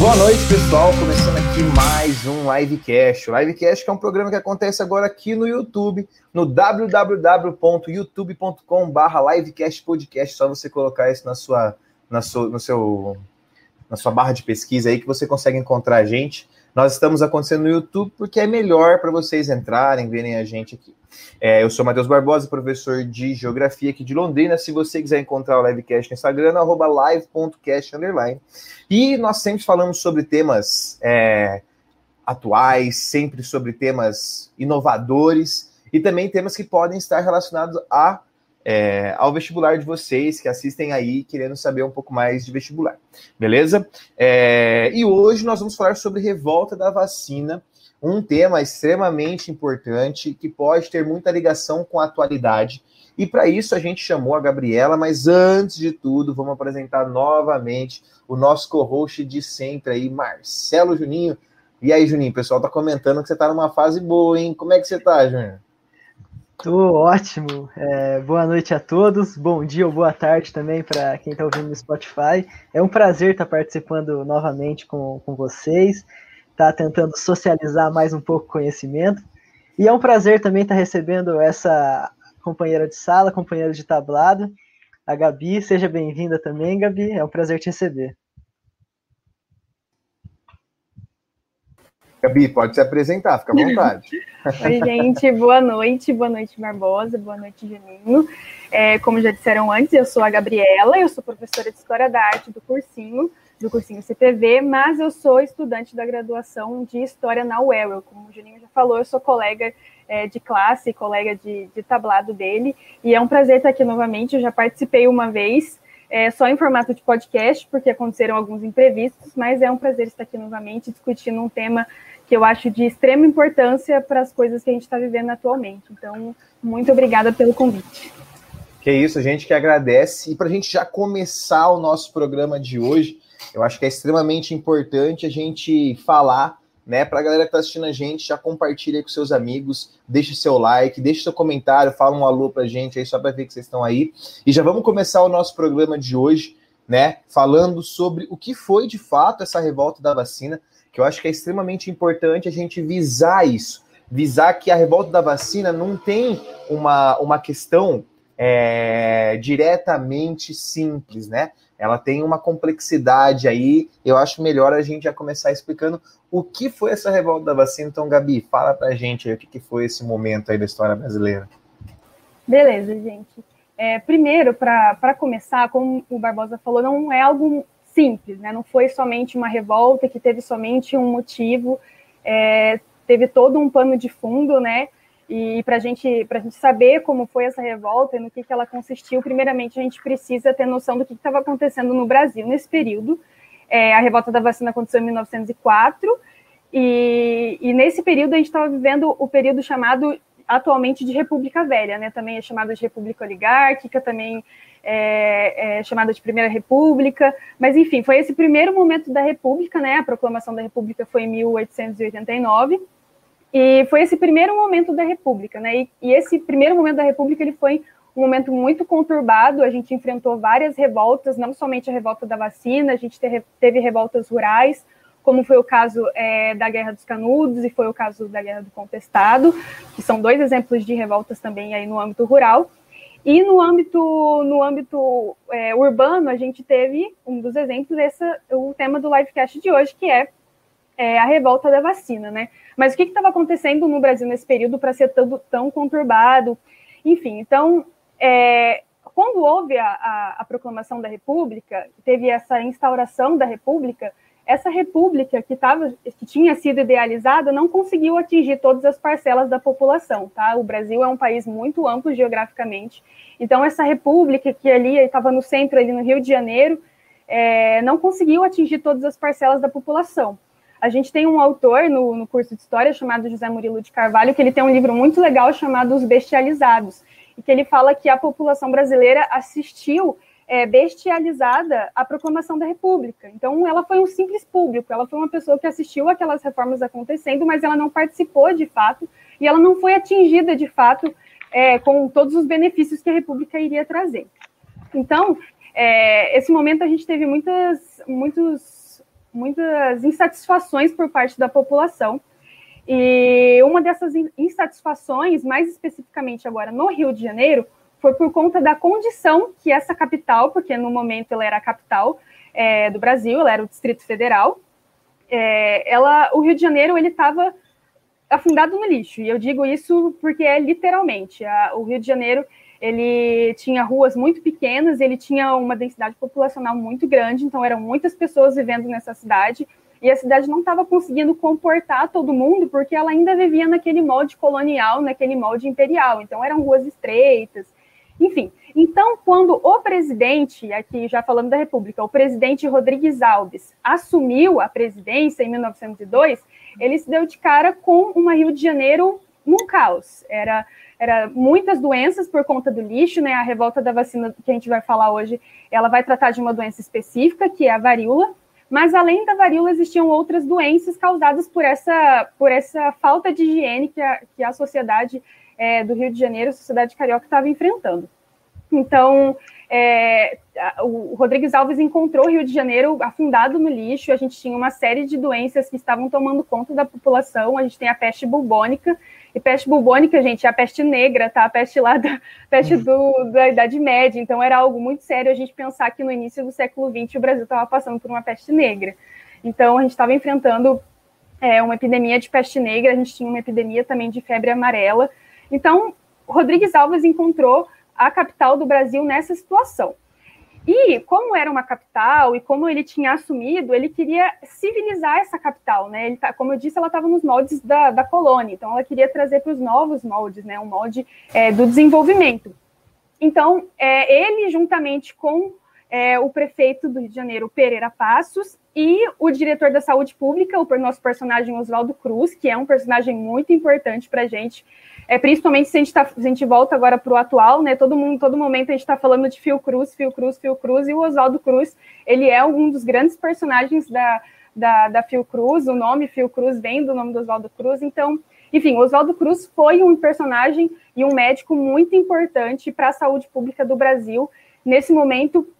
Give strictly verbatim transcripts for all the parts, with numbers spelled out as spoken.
Boa noite, pessoal. Começando aqui mais um Livecast. O Livecast que é um programa que acontece agora aqui no YouTube, no w w w ponto youtube ponto com barra livecast podcast. Só você colocar isso na sua, na sua, no seu, na sua barra de pesquisa aí que você consegue encontrar a gente. Nós estamos acontecendo no YouTube porque é melhor para vocês entrarem, verem a gente aqui. É, eu sou Matheus Barbosa, professor de Geografia aqui de Londrina. Se você quiser encontrar o Livecast no Instagram, no arroba live ponto cast underline. E nós sempre falamos sobre temas é, atuais, sempre sobre temas inovadores e também temas que podem estar relacionados a, é, ao vestibular de vocês, que assistem aí querendo saber um pouco mais de vestibular. Beleza? É, e hoje nós vamos falar sobre revolta da vacina, um tema extremamente importante que pode ter muita ligação com a atualidade. E para isso a gente chamou a Gabriela, mas antes de tudo, vamos apresentar novamente o nosso co-host de sempre aí, Marcelo Juninho. E aí, Juninho, o pessoal tá comentando que você tá numa fase boa, hein? Como é que você tá, Juninho? Tô ótimo. É, boa noite a todos, bom dia ou boa tarde também para quem está ouvindo no Spotify. É um prazer estar participando novamente com, com vocês, tá tentando socializar mais um pouco conhecimento. E é um prazer também estar recebendo essa companheira de sala, companheira de tablado, a Gabi. Seja bem-vinda também, Gabi. É um prazer te receber. Gabi, pode se apresentar, fica à vontade. Oi, gente, boa noite, boa noite, Barbosa, boa noite, Juninho. É, como já disseram antes, eu sou a Gabriela, eu sou professora de História da Arte do cursinho, do cursinho C P V, mas eu sou estudante da graduação de História na U E L. Como o Juninho já falou, eu sou colega é, de classe, colega de, de tablado dele, e é um prazer estar aqui novamente. Eu já participei uma vez, é, só em formato de podcast, porque aconteceram alguns imprevistos, mas é um prazer estar aqui novamente discutindo um tema que eu acho de extrema importância para as coisas que a gente está vivendo atualmente. Então, muito obrigada pelo convite. Que isso, a gente que agradece. E para a gente já começar o nosso programa de hoje, eu acho que é extremamente importante a gente falar, né, para a galera que está assistindo a gente, já compartilha com seus amigos, deixe seu like, deixe seu comentário, fala um alô para a gente aí, só para ver que vocês estão aí. E já vamos começar o nosso programa de hoje, né, falando sobre o que foi de fato essa revolta da vacina, que eu acho que é extremamente importante a gente visar isso, visar que a revolta da vacina não tem uma, uma questão é, diretamente simples, né? Ela tem uma complexidade aí. Eu acho melhor a gente já começar explicando o que foi essa revolta da vacina. Então, Gabi, fala pra gente aí o que foi esse momento aí da história brasileira. Beleza, gente. É, primeiro, para começar, como o Barbosa falou, não é algo simples, né? Não foi somente uma revolta que teve somente um motivo, é, teve todo um pano de fundo, né? E para gente, a gente saber como foi essa revolta e no que, que ela consistiu, primeiramente a gente precisa ter noção do que estava acontecendo no Brasil nesse período. É, a revolta da vacina aconteceu em mil novecentos e quatro, e, e nesse período a gente estava vivendo o período chamado atualmente de República Velha, né? Também é chamada de República Oligárquica, também é, é chamada de Primeira República, mas enfim, foi esse primeiro momento da República, né? A proclamação da República foi em mil oitocentos e oitenta e nove, e foi esse primeiro momento da República, né? E, e esse primeiro momento da República, ele foi um momento muito conturbado. A gente enfrentou várias revoltas, não somente a revolta da vacina, a gente teve, teve revoltas rurais, como foi o caso é, da Guerra dos Canudos e foi o caso da Guerra do Contestado, que são dois exemplos de revoltas também aí no âmbito rural. E no âmbito, no âmbito é, urbano, a gente teve um dos exemplos, esse, o tema do livecast de hoje, que é, é a revolta da vacina, né? Mas o que estava acontecendo no Brasil nesse período para ser tão, tão conturbado? Enfim, então, é, quando houve a, a, a proclamação da República, teve essa instauração da República, essa república que, tava, que tinha sido idealizada não conseguiu atingir todas as parcelas da população, tá? O Brasil é um país muito amplo geograficamente, então essa república que ali estava no centro, ali no Rio de Janeiro, é, não conseguiu atingir todas as parcelas da população. A gente tem um autor no, no curso de História chamado José Murilo de Carvalho, que ele tem um livro muito legal chamado Os Bestializados, e que ele fala que a população brasileira assistiu É, bestializada a proclamação da República. Então, ela foi um simples público, ela foi uma pessoa que assistiu aquelas reformas acontecendo, mas ela não participou de fato, e ela não foi atingida de fato é, com todos os benefícios que a República iria trazer. Então, é, esse momento a gente teve muitas, muitos, muitas insatisfações por parte da população. E uma dessas insatisfações, mais especificamente agora no Rio de Janeiro, foi por conta da condição que essa capital, porque no momento ela era a capital é, do Brasil, ela era o Distrito Federal, é, ela, o Rio de Janeiro ele estava afundado no lixo, e eu digo isso porque é literalmente, a, o Rio de Janeiro ele tinha ruas muito pequenas, ele tinha uma densidade populacional muito grande, então eram muitas pessoas vivendo nessa cidade, e a cidade não estava conseguindo comportar todo mundo, porque ela ainda vivia naquele molde colonial, naquele molde imperial, então eram ruas estreitas, enfim. Então, quando o presidente, aqui já falando da República, o presidente Rodrigues Alves assumiu a presidência em mil novecentos e dois, ele se deu de cara com uma Rio de Janeiro num caos, era... Era muitas doenças por conta do lixo, né? A revolta da vacina que a gente vai falar hoje, ela vai tratar de uma doença específica, que é a varíola, mas além da varíola existiam outras doenças causadas por essa, por essa falta de higiene que a, que a sociedade é, do Rio de Janeiro, a sociedade carioca, estava enfrentando. Então, é, o Rodrigues Alves encontrou o Rio de Janeiro afundado no lixo, a gente tinha uma série de doenças que estavam tomando conta da população, a gente tem a peste bubônica, e peste bubônica, gente, é a peste negra, tá? A peste lá da peste do, da Idade Média. Então, era algo muito sério a gente pensar que no início do século vinte o Brasil estava passando por uma peste negra. Então, a gente estava enfrentando é, uma epidemia de peste negra, a gente tinha uma epidemia também de febre amarela. Então, Rodrigues Alves encontrou a capital do Brasil nessa situação. E como era uma capital e como ele tinha assumido, ele queria civilizar essa capital, né? Ele tá, como eu disse, ela estava nos moldes da, da colônia, então ela queria trazer para os novos moldes, né? Um molde é, do desenvolvimento. Então, é, ele, juntamente com é, o prefeito do Rio de Janeiro, Pereira Passos, e o diretor da saúde pública, o nosso personagem Oswaldo Cruz, que é um personagem muito importante para a gente, é, principalmente se a gente, tá, se a gente volta agora para o atual, né? Todo mundo, todo momento a gente está falando de Fiocruz, Fiocruz, Fiocruz, e o Oswaldo Cruz, ele é um dos grandes personagens da, da, da Fiocruz, o nome Fiocruz vem do nome do Oswaldo Cruz, então, enfim, o Oswaldo Cruz foi um personagem e um médico muito importante para a saúde pública do Brasil. Nesse momento,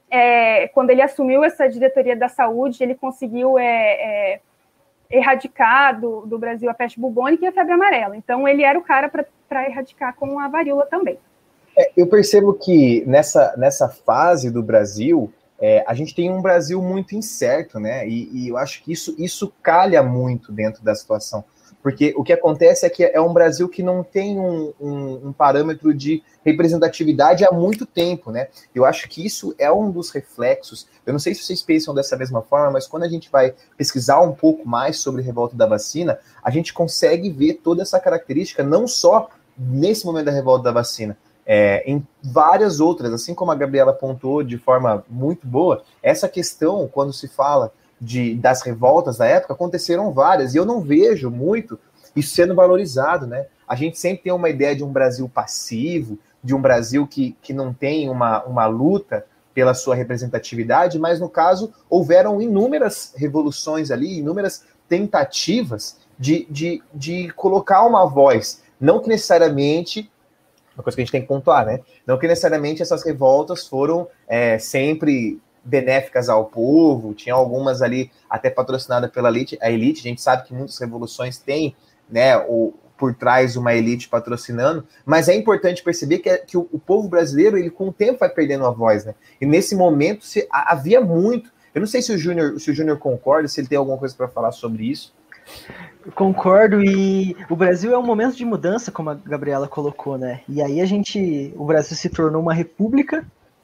é, quando ele assumiu essa diretoria da saúde, ele conseguiu... É, é, erradicar do, do Brasil a peste bubônica e a febre amarela. Então, ele era o cara para erradicar com a varíola também. É, eu percebo que nessa, nessa fase do Brasil, é, a gente tem um Brasil muito incerto, né? E, e eu acho que isso, isso calha muito dentro da situação. Porque o que acontece é que é um Brasil que não tem um, um, um parâmetro de representatividade há muito tempo, né? Eu acho que isso é um dos reflexos. Eu não sei se vocês pensam dessa mesma forma, mas quando a gente vai pesquisar um pouco mais sobre a revolta da vacina, a gente consegue ver toda essa característica, não só nesse momento da revolta da vacina, é, em várias outras, assim como a Gabriela pontuou de forma muito boa, essa questão, quando se fala De, das revoltas da época, aconteceram várias, e eu não vejo muito isso sendo valorizado, né? A gente sempre tem uma ideia de um Brasil passivo, de um Brasil que, que não tem uma, uma luta pela sua representatividade, mas no caso houveram inúmeras revoluções ali, inúmeras tentativas de, de, de colocar uma voz, não que necessariamente, uma coisa que a gente tem que pontuar, né? Não que necessariamente essas revoltas foram é, sempre benéficas ao povo, tinha algumas ali até patrocinadas pela elite, a elite, a gente sabe que muitas revoluções têm, né, o, por trás uma elite patrocinando, mas é importante perceber que, é, que o, o povo brasileiro, ele com o tempo vai perdendo a voz, né, e nesse momento se, a, havia muito, eu não sei se o Júnior se o Júnior concorda, se ele tem alguma coisa para falar sobre isso. Eu concordo, e o Brasil é um momento de mudança, como a Gabriela colocou, né, e aí a gente, o Brasil se tornou uma república,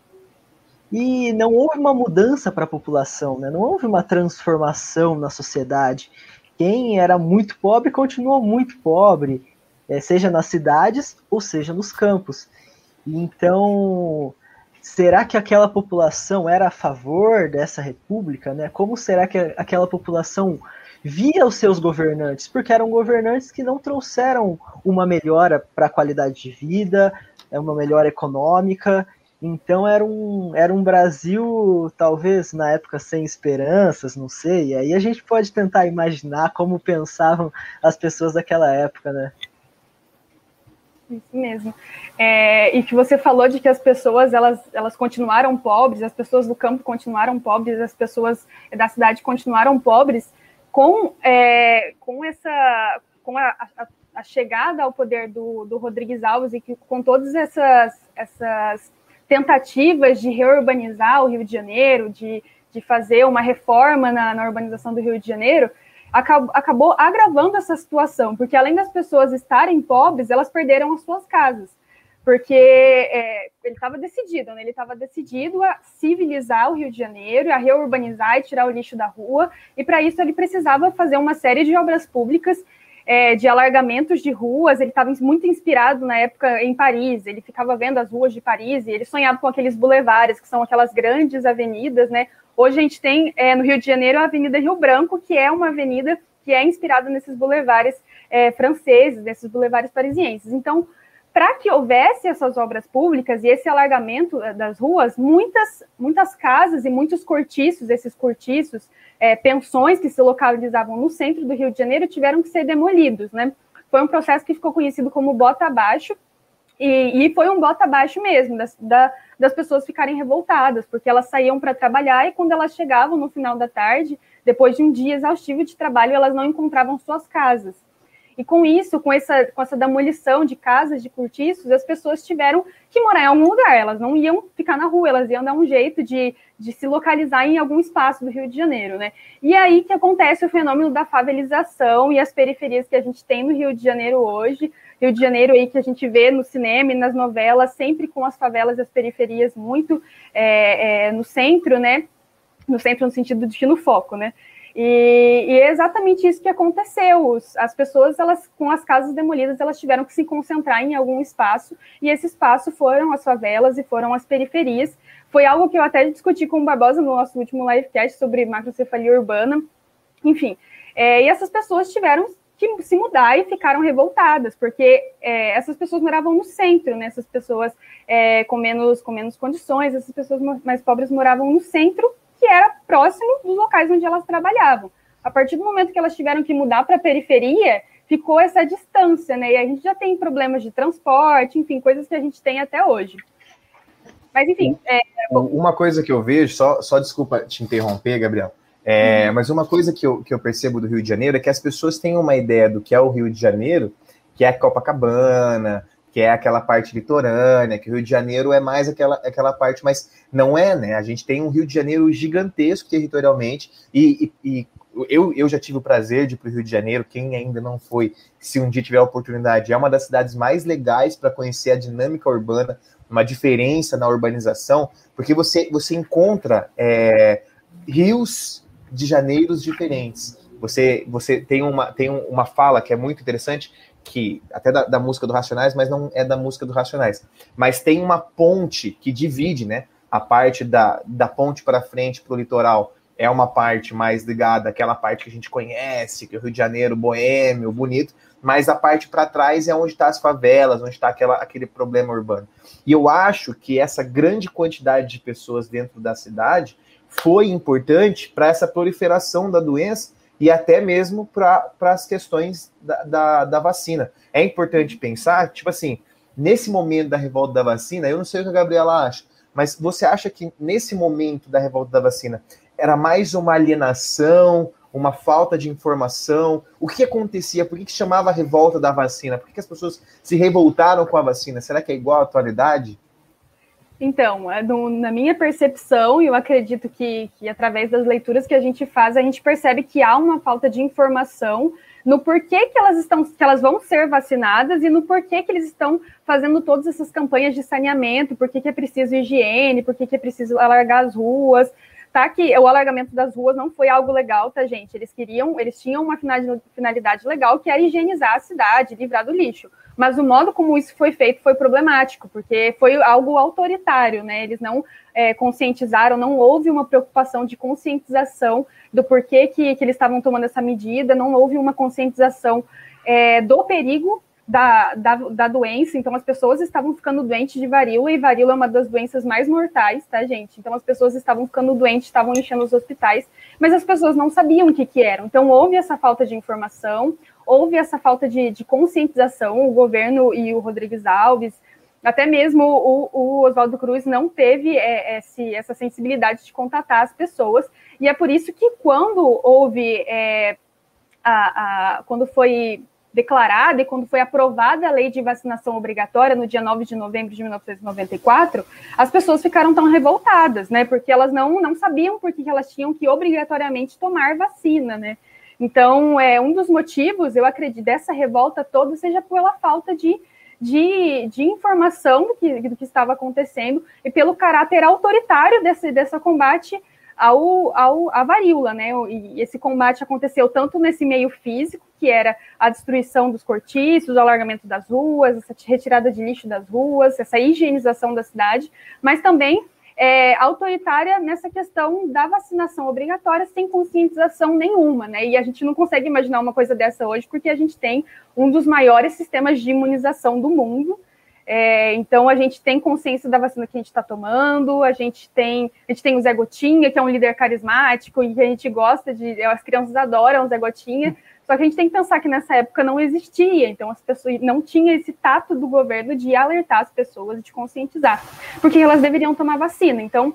e não houve uma mudança para a população, né? Não houve uma transformação na sociedade. Quem era muito pobre continuou muito pobre, seja nas cidades ou seja nos campos. Então, será que aquela população era a favor dessa república, né? Como será que aquela população via os seus governantes? Porque eram governantes que não trouxeram uma melhora para a qualidade de vida, uma melhora econômica. Então era um, era um Brasil, talvez, na época, sem esperanças, não sei. E aí a gente pode tentar imaginar como pensavam as pessoas daquela época, né? Isso mesmo. É, e que você falou de que as pessoas, elas, elas continuaram pobres, as pessoas do campo continuaram pobres, as pessoas da cidade continuaram pobres, com, é, com, essa, com a, a, a chegada ao poder do, do Rodrigues Alves e que, com todas essas, essas tentativas de reurbanizar o Rio de Janeiro, de, de fazer uma reforma na, na urbanização do Rio de Janeiro, acabou agravando essa situação, porque além das pessoas estarem pobres, elas perderam as suas casas, porque é, ele estava decidido, né? ele estava decidido a civilizar o Rio de Janeiro, a reurbanizar e tirar o lixo da rua, e para isso ele precisava fazer uma série de obras públicas, é, de alargamentos de ruas. Ele estava muito inspirado na época em Paris, ele ficava vendo as ruas de Paris, e ele sonhava com aqueles bulevares, que são aquelas grandes avenidas, né? Hoje a gente tem, é, no Rio de Janeiro, a Avenida Rio Branco, que é uma avenida que é inspirada nesses bulevares é, franceses, nesses bulevares parisienses. Então, para que houvesse essas obras públicas e esse alargamento das ruas, muitas, muitas casas e muitos cortiços, esses cortiços, é, pensões que se localizavam no centro do Rio de Janeiro, tiveram que ser demolidos, né? Foi um processo que ficou conhecido como bota abaixo, E, e foi um bota abaixo mesmo, das, da, das pessoas ficarem revoltadas, porque elas saíam para trabalhar e quando elas chegavam no final da tarde, depois de um dia exaustivo de trabalho, elas não encontravam suas casas. E com isso, com essa, com essa demolição de casas, de cortiços, as pessoas tiveram que morar em algum lugar, elas não iam ficar na rua, elas iam dar um jeito de, de se localizar em algum espaço do Rio de Janeiro, né? E aí que acontece o fenômeno da favelização e as periferias que a gente tem no Rio de Janeiro hoje, Rio de Janeiro aí que a gente vê no cinema e nas novelas, sempre com as favelas e as periferias muito é, é, no centro, né? No centro no sentido de no foco, né? E, e é exatamente isso que aconteceu. Os, as pessoas, elas, com as casas demolidas, elas tiveram que se concentrar em algum espaço, e esse espaço foram as favelas e foram as periferias. Foi algo que eu até discuti com o Barbosa no nosso último livecast sobre macrocefalia urbana. Enfim, é, e essas pessoas tiveram que se mudar e ficaram revoltadas, porque é, essas pessoas moravam no centro, né? Essas pessoas é, com, menos, com menos condições, essas pessoas mais pobres moravam no centro, que era próximo dos locais onde elas trabalhavam. A partir do momento que elas tiveram que mudar para a periferia, ficou essa distância, né? E a gente já tem problemas de transporte, enfim, coisas que a gente tem até hoje. Mas, enfim... É... Uma coisa que eu vejo, só, só desculpa te interromper, Gabriel, é, uhum. mas uma coisa que eu, que eu percebo do Rio de Janeiro é que as pessoas têm uma ideia do que é o Rio de Janeiro, que é Copacabana, que é aquela parte litorânea, que o Rio de Janeiro é mais aquela, aquela parte, mas não é, né? A gente tem um Rio de Janeiro gigantesco territorialmente, e, e, e eu, eu já tive o prazer de ir para o Rio de Janeiro, quem ainda não foi, se um dia tiver a oportunidade, é uma das cidades mais legais para conhecer a dinâmica urbana, uma diferença na urbanização, porque você, você encontra é, rios de janeiros diferentes. Você, você tem, uma, tem uma fala que é muito interessante, que até da, da música do Racionais, mas não é da música do Racionais. Mas tem uma ponte que divide, né? A parte da, da ponte para frente, para o litoral, é uma parte mais ligada àquela parte que a gente conhece, que é o Rio de Janeiro, boêmio, bonito, mas a parte para trás é onde está as favelas, onde está aquele problema urbano. E eu acho que essa grande quantidade de pessoas dentro da cidade foi importante para essa proliferação da doença, e até mesmo para as questões da, da, da vacina. É importante pensar, tipo assim, nesse momento da revolta da vacina, eu não sei o que a Gabriela acha, mas você acha que nesse momento da revolta da vacina era mais uma alienação, uma falta de informação? O que acontecia? Por que, que chamava a revolta da vacina? Por que, que as pessoas se revoltaram com a vacina? Será que é igual à atualidade? Então, na minha percepção, e eu acredito que, que através das leituras que a gente faz, a gente percebe que há uma falta de informação no porquê que elas, estão, que elas vão ser vacinadas e no porquê que eles estão fazendo todas essas campanhas de saneamento, por que é preciso higiene, por que é preciso alargar as ruas, tá? Que o alargamento das ruas não foi algo legal, tá, gente? Eles queriam, eles tinham uma finalidade legal, que era higienizar a cidade, livrar do lixo. Mas o modo como isso foi feito foi problemático, porque foi algo autoritário, né? Eles não é, conscientizaram, não houve uma preocupação de conscientização do porquê que, que eles estavam tomando essa medida, não houve uma conscientização é, do perigo da, da, da doença. Então, as pessoas estavam ficando doentes de varíola, e varíola é uma das doenças mais mortais, tá, gente? Então, as pessoas estavam ficando doentes, estavam enchendo os hospitais, mas as pessoas não sabiam o que que eram. Então, houve essa falta de informação, houve essa falta de, de conscientização, o governo e o Rodrigues Alves, até mesmo o, o Oswaldo Cruz não teve é, esse, essa sensibilidade de contatar as pessoas, e é por isso que quando houve, é, a, a, quando foi declarada e quando foi aprovada a lei de vacinação obrigatória no dia nove de novembro de mil novecentos e noventa e quatro, as pessoas ficaram tão revoltadas, né, porque elas não, não sabiam por que elas tinham que obrigatoriamente tomar vacina, né. Então, é, um dos motivos, eu acredito, dessa revolta toda seja pela falta de, de, de informação do que, do que estava acontecendo e pelo caráter autoritário desse, desse combate ao, ao, à varíola, né? E esse combate aconteceu tanto nesse meio físico, que era a destruição dos cortiços, o alargamento das ruas, essa retirada de lixo das ruas, essa higienização da cidade, mas também é, autoritária nessa questão da vacinação obrigatória sem conscientização nenhuma, né? E a gente não consegue imaginar uma coisa dessa hoje, porque a gente tem um dos maiores sistemas de imunização do mundo. É, então a gente tem consciência da vacina que a gente está tomando, a gente tem, a gente tem o Zé Gotinha, que é um líder carismático e que a gente gosta de, as crianças adoram o Zé Gotinha, só que a gente tem que pensar que nessa época não existia, então as pessoas não tinha esse tato do governo de alertar as pessoas e de conscientizar, porque elas deveriam tomar vacina. Então,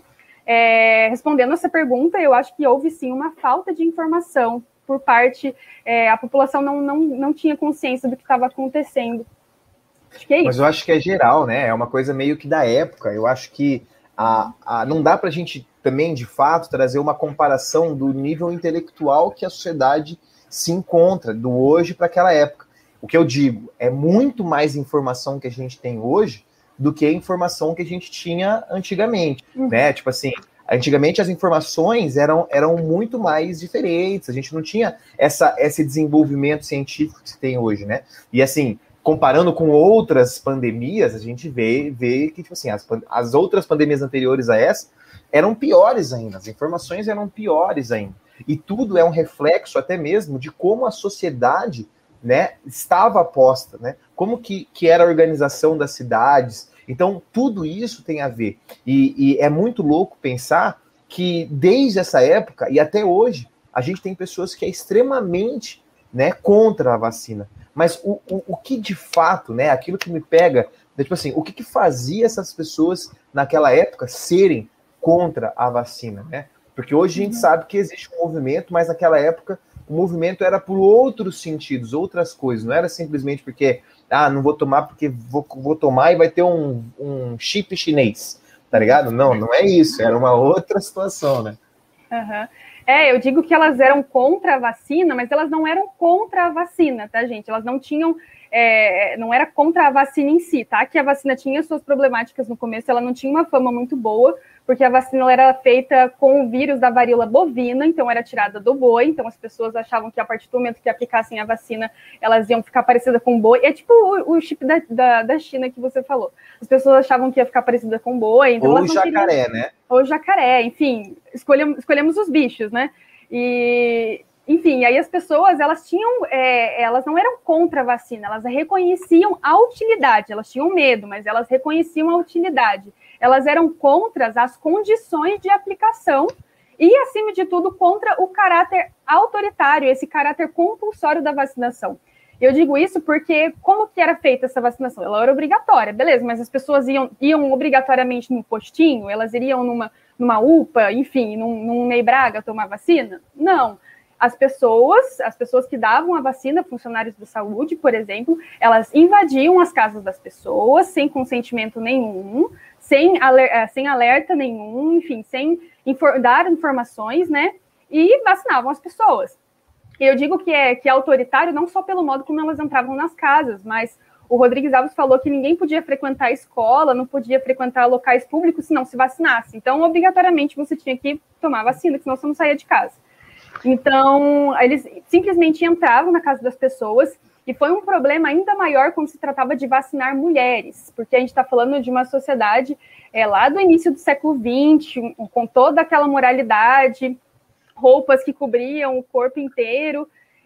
é, respondendo essa pergunta, eu acho que houve sim uma falta de informação por parte, é, a população não, não, não tinha consciência do que estava acontecendo. Acho que é isso. Mas eu acho que é geral, né? É uma coisa meio que da época. Eu acho que a, a, não dá para a gente também, de fato, trazer uma comparação do nível intelectual que a sociedade se encontra, do hoje para aquela época. O que eu digo, é muito mais informação que a gente tem hoje do que a informação que a gente tinha antigamente, uhum. né? Tipo assim, antigamente as informações eram, eram muito mais diferentes, a gente não tinha essa, esse desenvolvimento científico que se tem hoje, né? E assim, comparando com outras pandemias, a gente vê, vê que tipo assim, as, as outras pandemias anteriores a essa eram piores ainda, as informações eram piores ainda. E tudo é um reflexo até mesmo de como a sociedade, né, estava posta, né? Como que, que era a organização das cidades. Então, tudo isso tem a ver. E, e é muito louco pensar que desde essa época e até hoje, a gente tem pessoas que é extremamente, né, contra a vacina. Mas o, o, o que de fato, né, aquilo que me pega, é, tipo assim, o que, que fazia essas pessoas naquela época serem contra a vacina, né? Porque hoje a gente sabe que existe um movimento, mas naquela época o movimento era por outros sentidos, outras coisas. Não era simplesmente porque, ah, não vou tomar porque vou, vou tomar e vai ter um, um chip chinês, tá ligado? Não, não é isso. Era uma outra situação, né? Uhum. É, eu digo que elas eram contra a vacina, mas elas não eram contra a vacina, tá, gente? Elas não tinham... É, não era contra a vacina em si, tá? Que a vacina tinha suas problemáticas no começo, ela não tinha uma fama muito boa, porque a vacina era feita com o vírus da varíola bovina, então era tirada do boi, então as pessoas achavam que a partir do momento que aplicassem a vacina, elas iam ficar parecidas com boi. É tipo o, o chip da, da, da China que você falou. As pessoas achavam que ia ficar parecida com boi. Então Ou jacaré, queriam... né? Ou jacaré, enfim, escolhemos, escolhemos os bichos, né? E... Enfim, aí as pessoas, elas tinham, é, elas não eram contra a vacina, elas reconheciam a utilidade, elas tinham medo, mas elas reconheciam a utilidade. Elas eram contra as condições de aplicação e, acima de tudo, contra o caráter autoritário, esse caráter compulsório da vacinação. Eu digo isso porque como que era feita essa vacinação? Ela era obrigatória, beleza, mas as pessoas iam, iam obrigatoriamente num postinho, elas iriam numa, numa U P A, enfim, num, num Ney Braga tomar vacina? Não. As pessoas, as pessoas que davam a vacina, funcionários de saúde, por exemplo, elas invadiam as casas das pessoas sem consentimento nenhum, sem alerta, sem alerta nenhum, enfim, sem infor- dar informações, né? E vacinavam as pessoas. E eu digo que é, que é autoritário não só pelo modo como elas entravam nas casas, mas o Rodrigues Alves falou que ninguém podia frequentar a escola, não podia frequentar locais públicos se não se vacinasse. Então, obrigatoriamente, você tinha que tomar vacina, senão você não saía de casa. Então, eles simplesmente entravam na casa das pessoas e foi um problema ainda maior quando se tratava de vacinar mulheres, porque a gente está falando de uma sociedade é, lá do início do século vinte, com toda aquela moralidade, roupas que cobriam o corpo inteiro,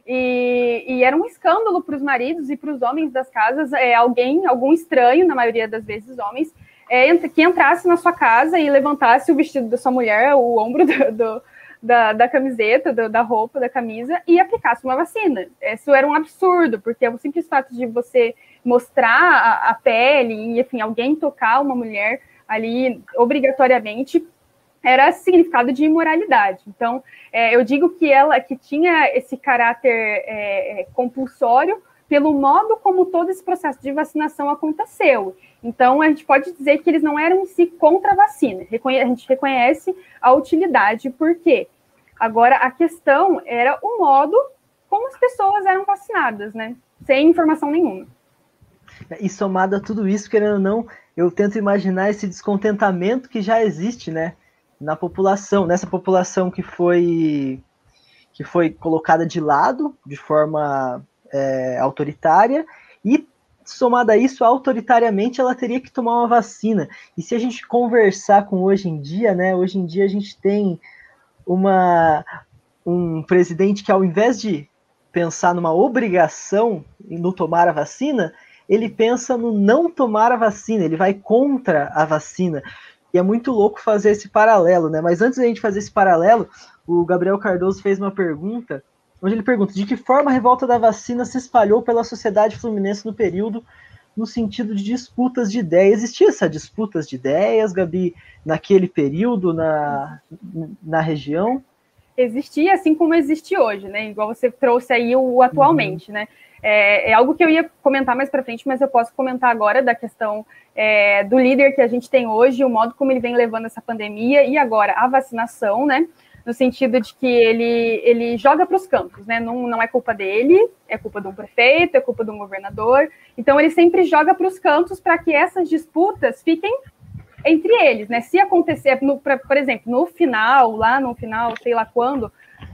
e, e era um escândalo para os maridos e para os homens das casas, é, alguém, algum estranho, na maioria das vezes homens, é, que entrasse na sua casa e levantasse o vestido da sua mulher, o ombro do... do da, da camiseta, do, da roupa, da camisa, e aplicasse uma vacina. Isso era um absurdo, porque o simples fato de você mostrar a, a pele e, enfim, alguém tocar uma mulher ali obrigatoriamente era significado de imoralidade. Então, é, eu digo que ela que tinha esse caráter é, compulsório pelo modo como todo esse processo de vacinação aconteceu. Então, a gente pode dizer que eles não eram em si contra a vacina. A gente reconhece a utilidade, por quê? Agora, a questão era o modo como as pessoas eram vacinadas, né? Sem informação nenhuma. E somado a tudo isso, querendo ou não, eu tento imaginar esse descontentamento que já existe, né? Na população, nessa população que foi, que foi colocada de lado, de forma é, autoritária, e somado a isso, autoritariamente, ela teria que tomar uma vacina. E se a gente conversar com hoje em dia, né? Hoje em dia a gente tem uma, um presidente que, ao invés de pensar numa obrigação no tomar a vacina, ele pensa no não tomar a vacina, ele vai contra a vacina. E é muito louco fazer esse paralelo, né? Mas antes da gente fazer esse paralelo, o Gabriel Cardoso fez uma pergunta, onde ele pergunta de que forma a revolta da vacina se espalhou pela sociedade fluminense no período, no sentido de disputas de ideias. Existia essa disputas de ideias, Gabi, naquele período, na, na região? Existia, assim como existe hoje, né? Igual você trouxe aí o atualmente, uhum. né? É, é algo que eu ia comentar mais para frente, mas eu posso comentar agora da questão é, do líder que a gente tem hoje, o modo como ele vem levando essa pandemia e agora a vacinação, né? No sentido de que ele, ele joga para os campos, né? Não, não é culpa dele, é culpa de um prefeito, é culpa de um governador. Então, ele sempre joga para os cantos para que essas disputas fiquem entre eles, né? Se acontecer, no, pra, por exemplo, no final, lá no final, sei lá quando,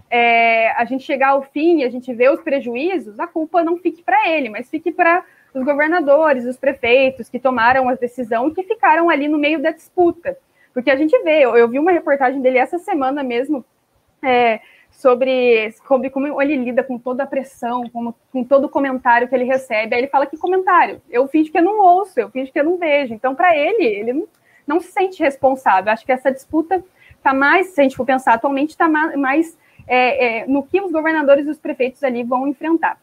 é, a gente chegar ao fim e a gente vê os prejuízos, a culpa não fique para ele, mas fique para os governadores, os prefeitos que tomaram a decisão e que ficaram ali no meio da disputa. Porque a gente vê, eu, eu vi uma reportagem dele essa semana mesmo, é, sobre, sobre como ele lida com toda a pressão, com, com todo o comentário que ele recebe. Aí ele fala que comentário, eu finjo que eu não ouço, eu finjo que eu não vejo. Então, para ele, ele não, não se sente responsável. Acho que essa disputa está mais, se a gente for pensar atualmente, está mais é, é, no que os governadores e os prefeitos ali vão enfrentar.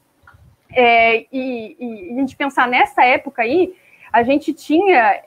É, e, e a gente pensar nessa época aí, a gente tinha,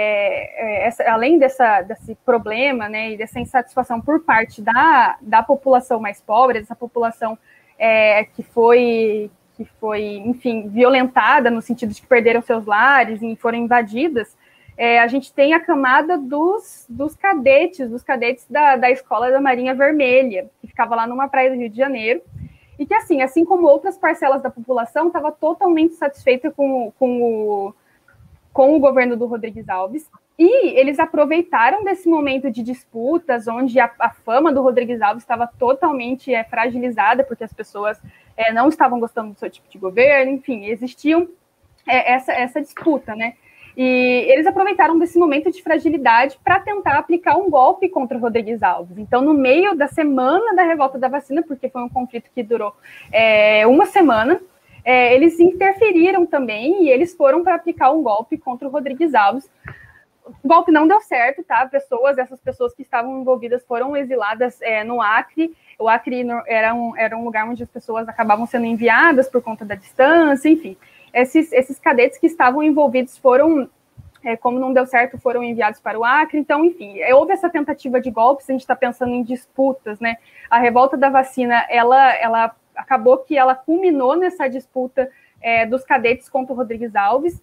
é, essa, além dessa, desse problema, né, e dessa insatisfação por parte da, da população mais pobre, dessa população é, que foi, que foi, enfim, violentada no sentido de que perderam seus lares e foram invadidas, é, a gente tem a camada dos, dos cadetes, dos cadetes da, da Escola da Marinha Vermelha, que ficava lá numa praia do Rio de Janeiro, e que, assim, assim como outras parcelas da população, estava totalmente satisfeita com, com o com o governo do Rodrigues Alves, e eles aproveitaram desse momento de disputas, onde a, a fama do Rodrigues Alves estava totalmente é, fragilizada, porque as pessoas é, não estavam gostando do seu tipo de governo, enfim, existiam é, essa, essa disputa, né? E eles aproveitaram desse momento de fragilidade para tentar aplicar um golpe contra o Rodrigues Alves. Então, no meio da semana da revolta da vacina, porque foi um conflito que durou é, uma semana, É, eles interferiram também e eles foram para aplicar um golpe contra o Rodrigues Alves. O golpe não deu certo, tá? Pessoas, essas pessoas que estavam envolvidas foram exiladas é, no Acre. O Acre era um, era um lugar onde as pessoas acabavam sendo enviadas por conta da distância, enfim. Esses, esses cadetes que estavam envolvidos foram, é, como não deu certo, foram enviados para o Acre. Então, enfim, houve essa tentativa de golpe, se a gente está pensando em disputas, né? A revolta da vacina, ela... ela acabou que ela culminou nessa disputa é, dos cadetes contra o Rodrigues Alves,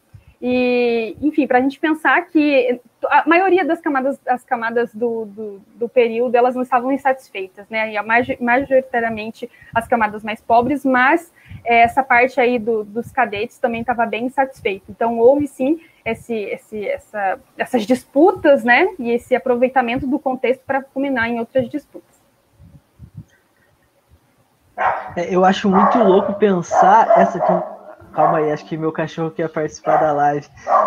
e, enfim, para a gente pensar que a maioria das camadas, as camadas do, do, do período, elas não estavam insatisfeitas, né, e a majoritariamente as camadas mais pobres, mas é, essa parte aí do, dos cadetes também estava bem insatisfeita. Então, houve, sim, esse, esse, essa, essas disputas, né, e esse aproveitamento do contexto para culminar em outras disputas. Eu acho muito louco pensar essa... Calma aí, acho que meu cachorro quer participar da live.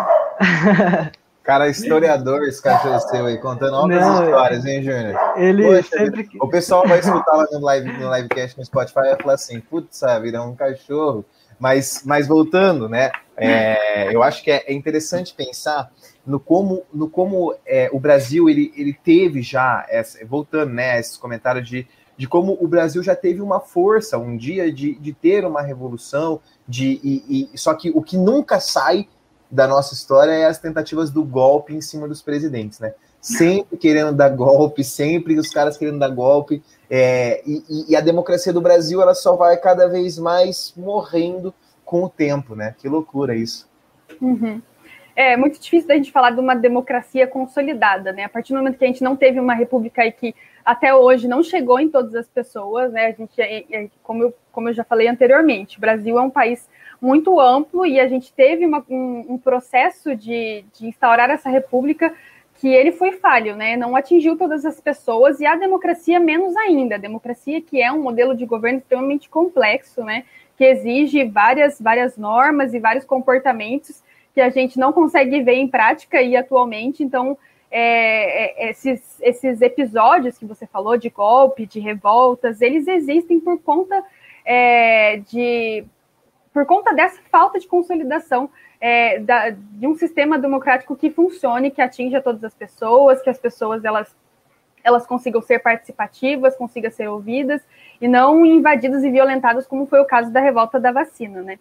Cara, historiador esse cachorro seu aí, contando outras Não, histórias, hein, Júnior? Ele Poxa, sempre... O pessoal vai escutar lá no, live, no livecast no Spotify e vai falar assim, putz, virou um cachorro. Mas, mas voltando, né, é, eu acho que é interessante pensar no como, no como é, o Brasil, ele, ele teve já, essa, voltando, né, esses comentários de de como o Brasil já teve uma força um dia de, de ter uma revolução, de, e, e, só que o que nunca sai da nossa história é as tentativas do golpe em cima dos presidentes, né? Sempre querendo dar golpe, sempre os caras querendo dar golpe, é, e, e a democracia do Brasil ela só vai cada vez mais morrendo com o tempo, né? Que loucura isso. Uhum. É muito difícil da gente falar de uma democracia consolidada, né? A partir do momento que a gente não teve uma república aí que até hoje não chegou em todas as pessoas, né? A gente, como eu, como eu já falei anteriormente, o Brasil é um país muito amplo e a gente teve uma, um, um processo de, de instaurar essa república que ele foi falho, né? Não atingiu todas as pessoas e a democracia menos ainda. A democracia que é um modelo de governo extremamente complexo, né? Que exige várias, várias normas e vários comportamentos que a gente não consegue ver em prática e atualmente. Então, é, é, esses, esses episódios que você falou de golpe, de revoltas, eles existem por conta é, de... por conta dessa falta de consolidação é, da, de um sistema democrático que funcione, que atinja todas as pessoas, que as pessoas elas, elas consigam ser participativas, consigam ser ouvidas, e não invadidas e violentadas, como foi o caso da revolta da vacina, né?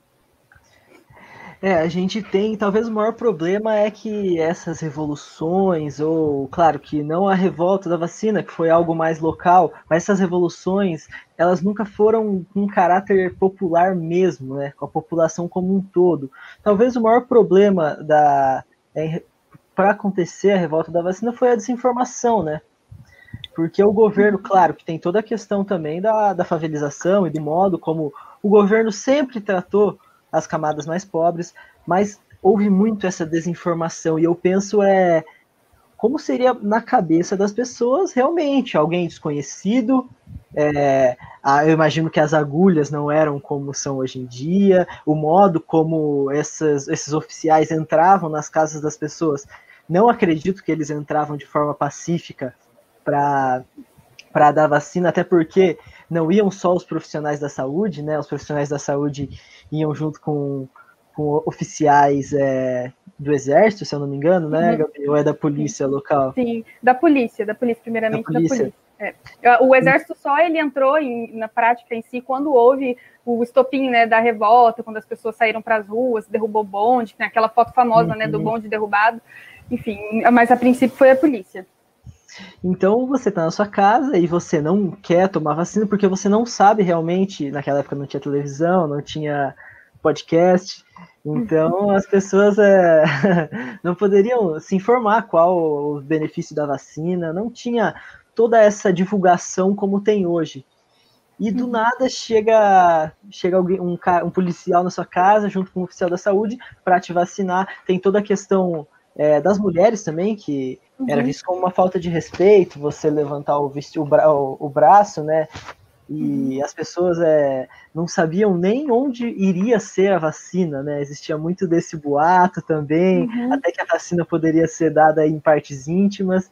É, a gente tem, talvez o maior problema é que essas revoluções, ou, claro, que não a revolta da vacina, que foi algo mais local, mas essas revoluções, elas nunca foram com um caráter popular mesmo, né, com a população como um todo. Talvez o maior problema da, é, para acontecer a revolta da vacina foi a desinformação, né, porque o governo, claro, que tem toda a questão também da, da favelização e do modo como o governo sempre tratou as camadas mais pobres, mas houve muito essa desinformação, e eu penso é como seria na cabeça das pessoas realmente, alguém desconhecido, é, eu imagino que as agulhas não eram como são hoje em dia, o modo como essas, esses oficiais entravam nas casas das pessoas, não acredito que eles entravam de forma pacífica para para dar vacina, até porque não iam só os profissionais da saúde, né? Os profissionais da saúde iam junto com, com oficiais é, do exército, se eu não me engano, né, Gabi? Ou é da polícia local? Sim, da polícia, da polícia, primeiramente da polícia. Da polícia. É. O exército só ele entrou em, na prática em si quando houve o estopim, né, da revolta, quando as pessoas saíram para as ruas, derrubou o bonde, né, aquela foto famosa, uhum, né, do bonde derrubado. Enfim, mas a princípio foi a polícia. Então você está na sua casa e você não quer tomar vacina porque você não sabe realmente, naquela época não tinha televisão, não tinha podcast, então as pessoas é, não poderiam se informar qual o benefício da vacina, não tinha toda essa divulgação como tem hoje. E do nada chega, chega alguém, um, um policial na sua casa junto com um oficial da saúde para te vacinar, tem toda a questão é, das mulheres também, que uhum. era visto como uma falta de respeito, você levantar o, o, bra, o, o braço, né? E uhum. as pessoas é, não sabiam nem onde iria ser a vacina, né? Existia muito desse boato também, uhum. até que a vacina poderia ser dada em partes íntimas.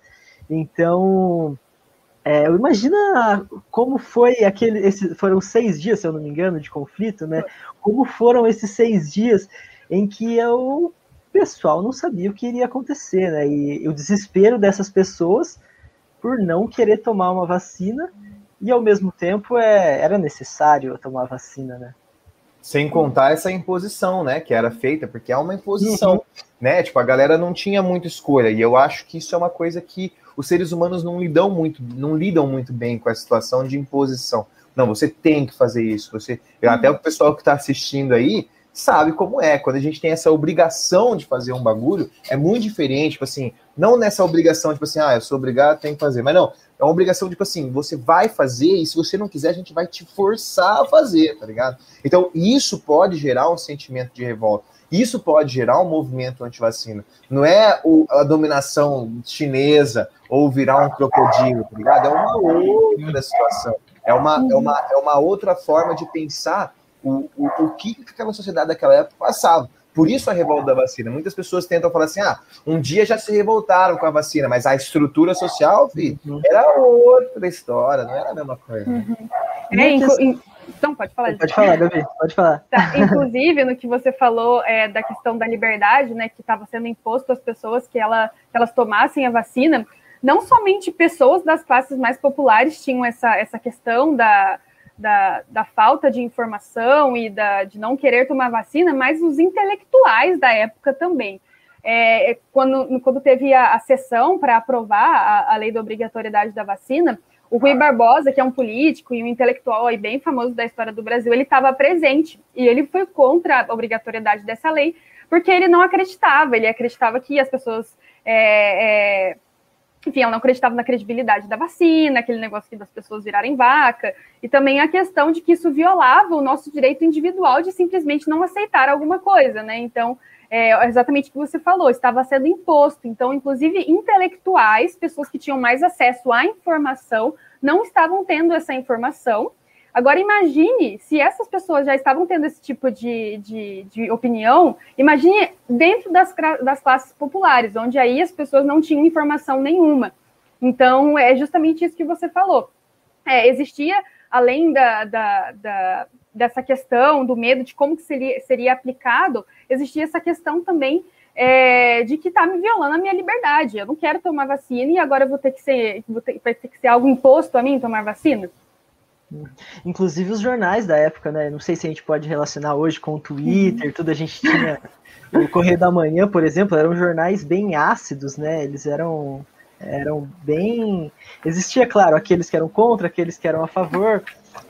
Então, é, eu imagino como foi aquele, esse, foram seis dias, se eu não me engano, de conflito, né? Como foram esses seis dias em que eu o pessoal não sabia o que iria acontecer, né? E, e o desespero dessas pessoas por não querer tomar uma vacina e, ao mesmo tempo, é, era necessário tomar a vacina, né? Sem contar essa imposição, né? Que era feita, porque é uma imposição, uhum. né? Tipo, a galera não tinha muita escolha. E eu acho que isso é uma coisa que os seres humanos não lidam muito, não lidam muito bem com a situação de imposição. Não, você tem que fazer isso. Você, uhum. até o pessoal que está assistindo aí sabe como é, quando a gente tem essa obrigação de fazer um bagulho, é muito diferente, tipo assim, não nessa obrigação, tipo assim, ah, eu sou obrigado, tenho que fazer, mas não, é uma obrigação, tipo assim, você vai fazer, e se você não quiser, a gente vai te forçar a fazer, tá ligado? Então, isso pode gerar um sentimento de revolta, isso pode gerar um movimento anti-vacina, não é o, a dominação chinesa, ou virar um crocodilo, tá ligado? É uma outra situação, é uma, é uma, é uma outra forma de pensar O, o, o que aquela sociedade daquela época passava. Por isso a revolta da vacina. Muitas pessoas tentam falar assim, ah, um dia já se revoltaram com a vacina, mas a estrutura social, filho, uhum. era outra história, não era a mesma coisa. Né? Uhum. É, inclu... Então, pode falar. Pode falar, Gabi, pode falar. Tá, inclusive, no que você falou é, da questão da liberdade, né, que estava sendo imposto às pessoas que, ela, que elas tomassem a vacina, não somente pessoas das classes mais populares tinham essa, essa questão da, da, da falta de informação e da, de não querer tomar vacina, mas os intelectuais da época também. É, quando, quando teve a, a sessão para aprovar a, a lei da obrigatoriedade da vacina, o Rui Barbosa, que é um político e um intelectual aí bem famoso da história do Brasil, ele estava presente e ele foi contra a obrigatoriedade dessa lei, porque ele não acreditava, ele acreditava que as pessoas... É, é, enfim, ela não acreditava na credibilidade da vacina, aquele negócio das pessoas virarem vaca, e também a questão de que isso violava o nosso direito individual de simplesmente não aceitar alguma coisa, né? Então, é exatamente o que você falou, estava sendo imposto. Então, inclusive, intelectuais, pessoas que tinham mais acesso à informação, não estavam tendo essa informação. Agora, imagine se essas pessoas já estavam tendo esse tipo de, de, de opinião, imagine dentro das, das classes populares, onde aí as pessoas não tinham informação nenhuma. Então, é justamente isso que você falou. É, existia, além da, da, da, dessa questão do medo de como que seria, seria aplicado, existia essa questão também é, de que está me violando a minha liberdade. Eu não quero tomar vacina e agora eu vou ter que ser, vou ter, vai ter que ser algo imposto a mim tomar vacina. Inclusive os jornais da época, né? Não sei se a gente pode relacionar hoje com o Twitter, tudo. A gente tinha o Correio da Manhã, por exemplo, eram jornais bem ácidos, né? Eles eram, eram bem... Existia, claro, aqueles que eram contra, aqueles que eram a favor,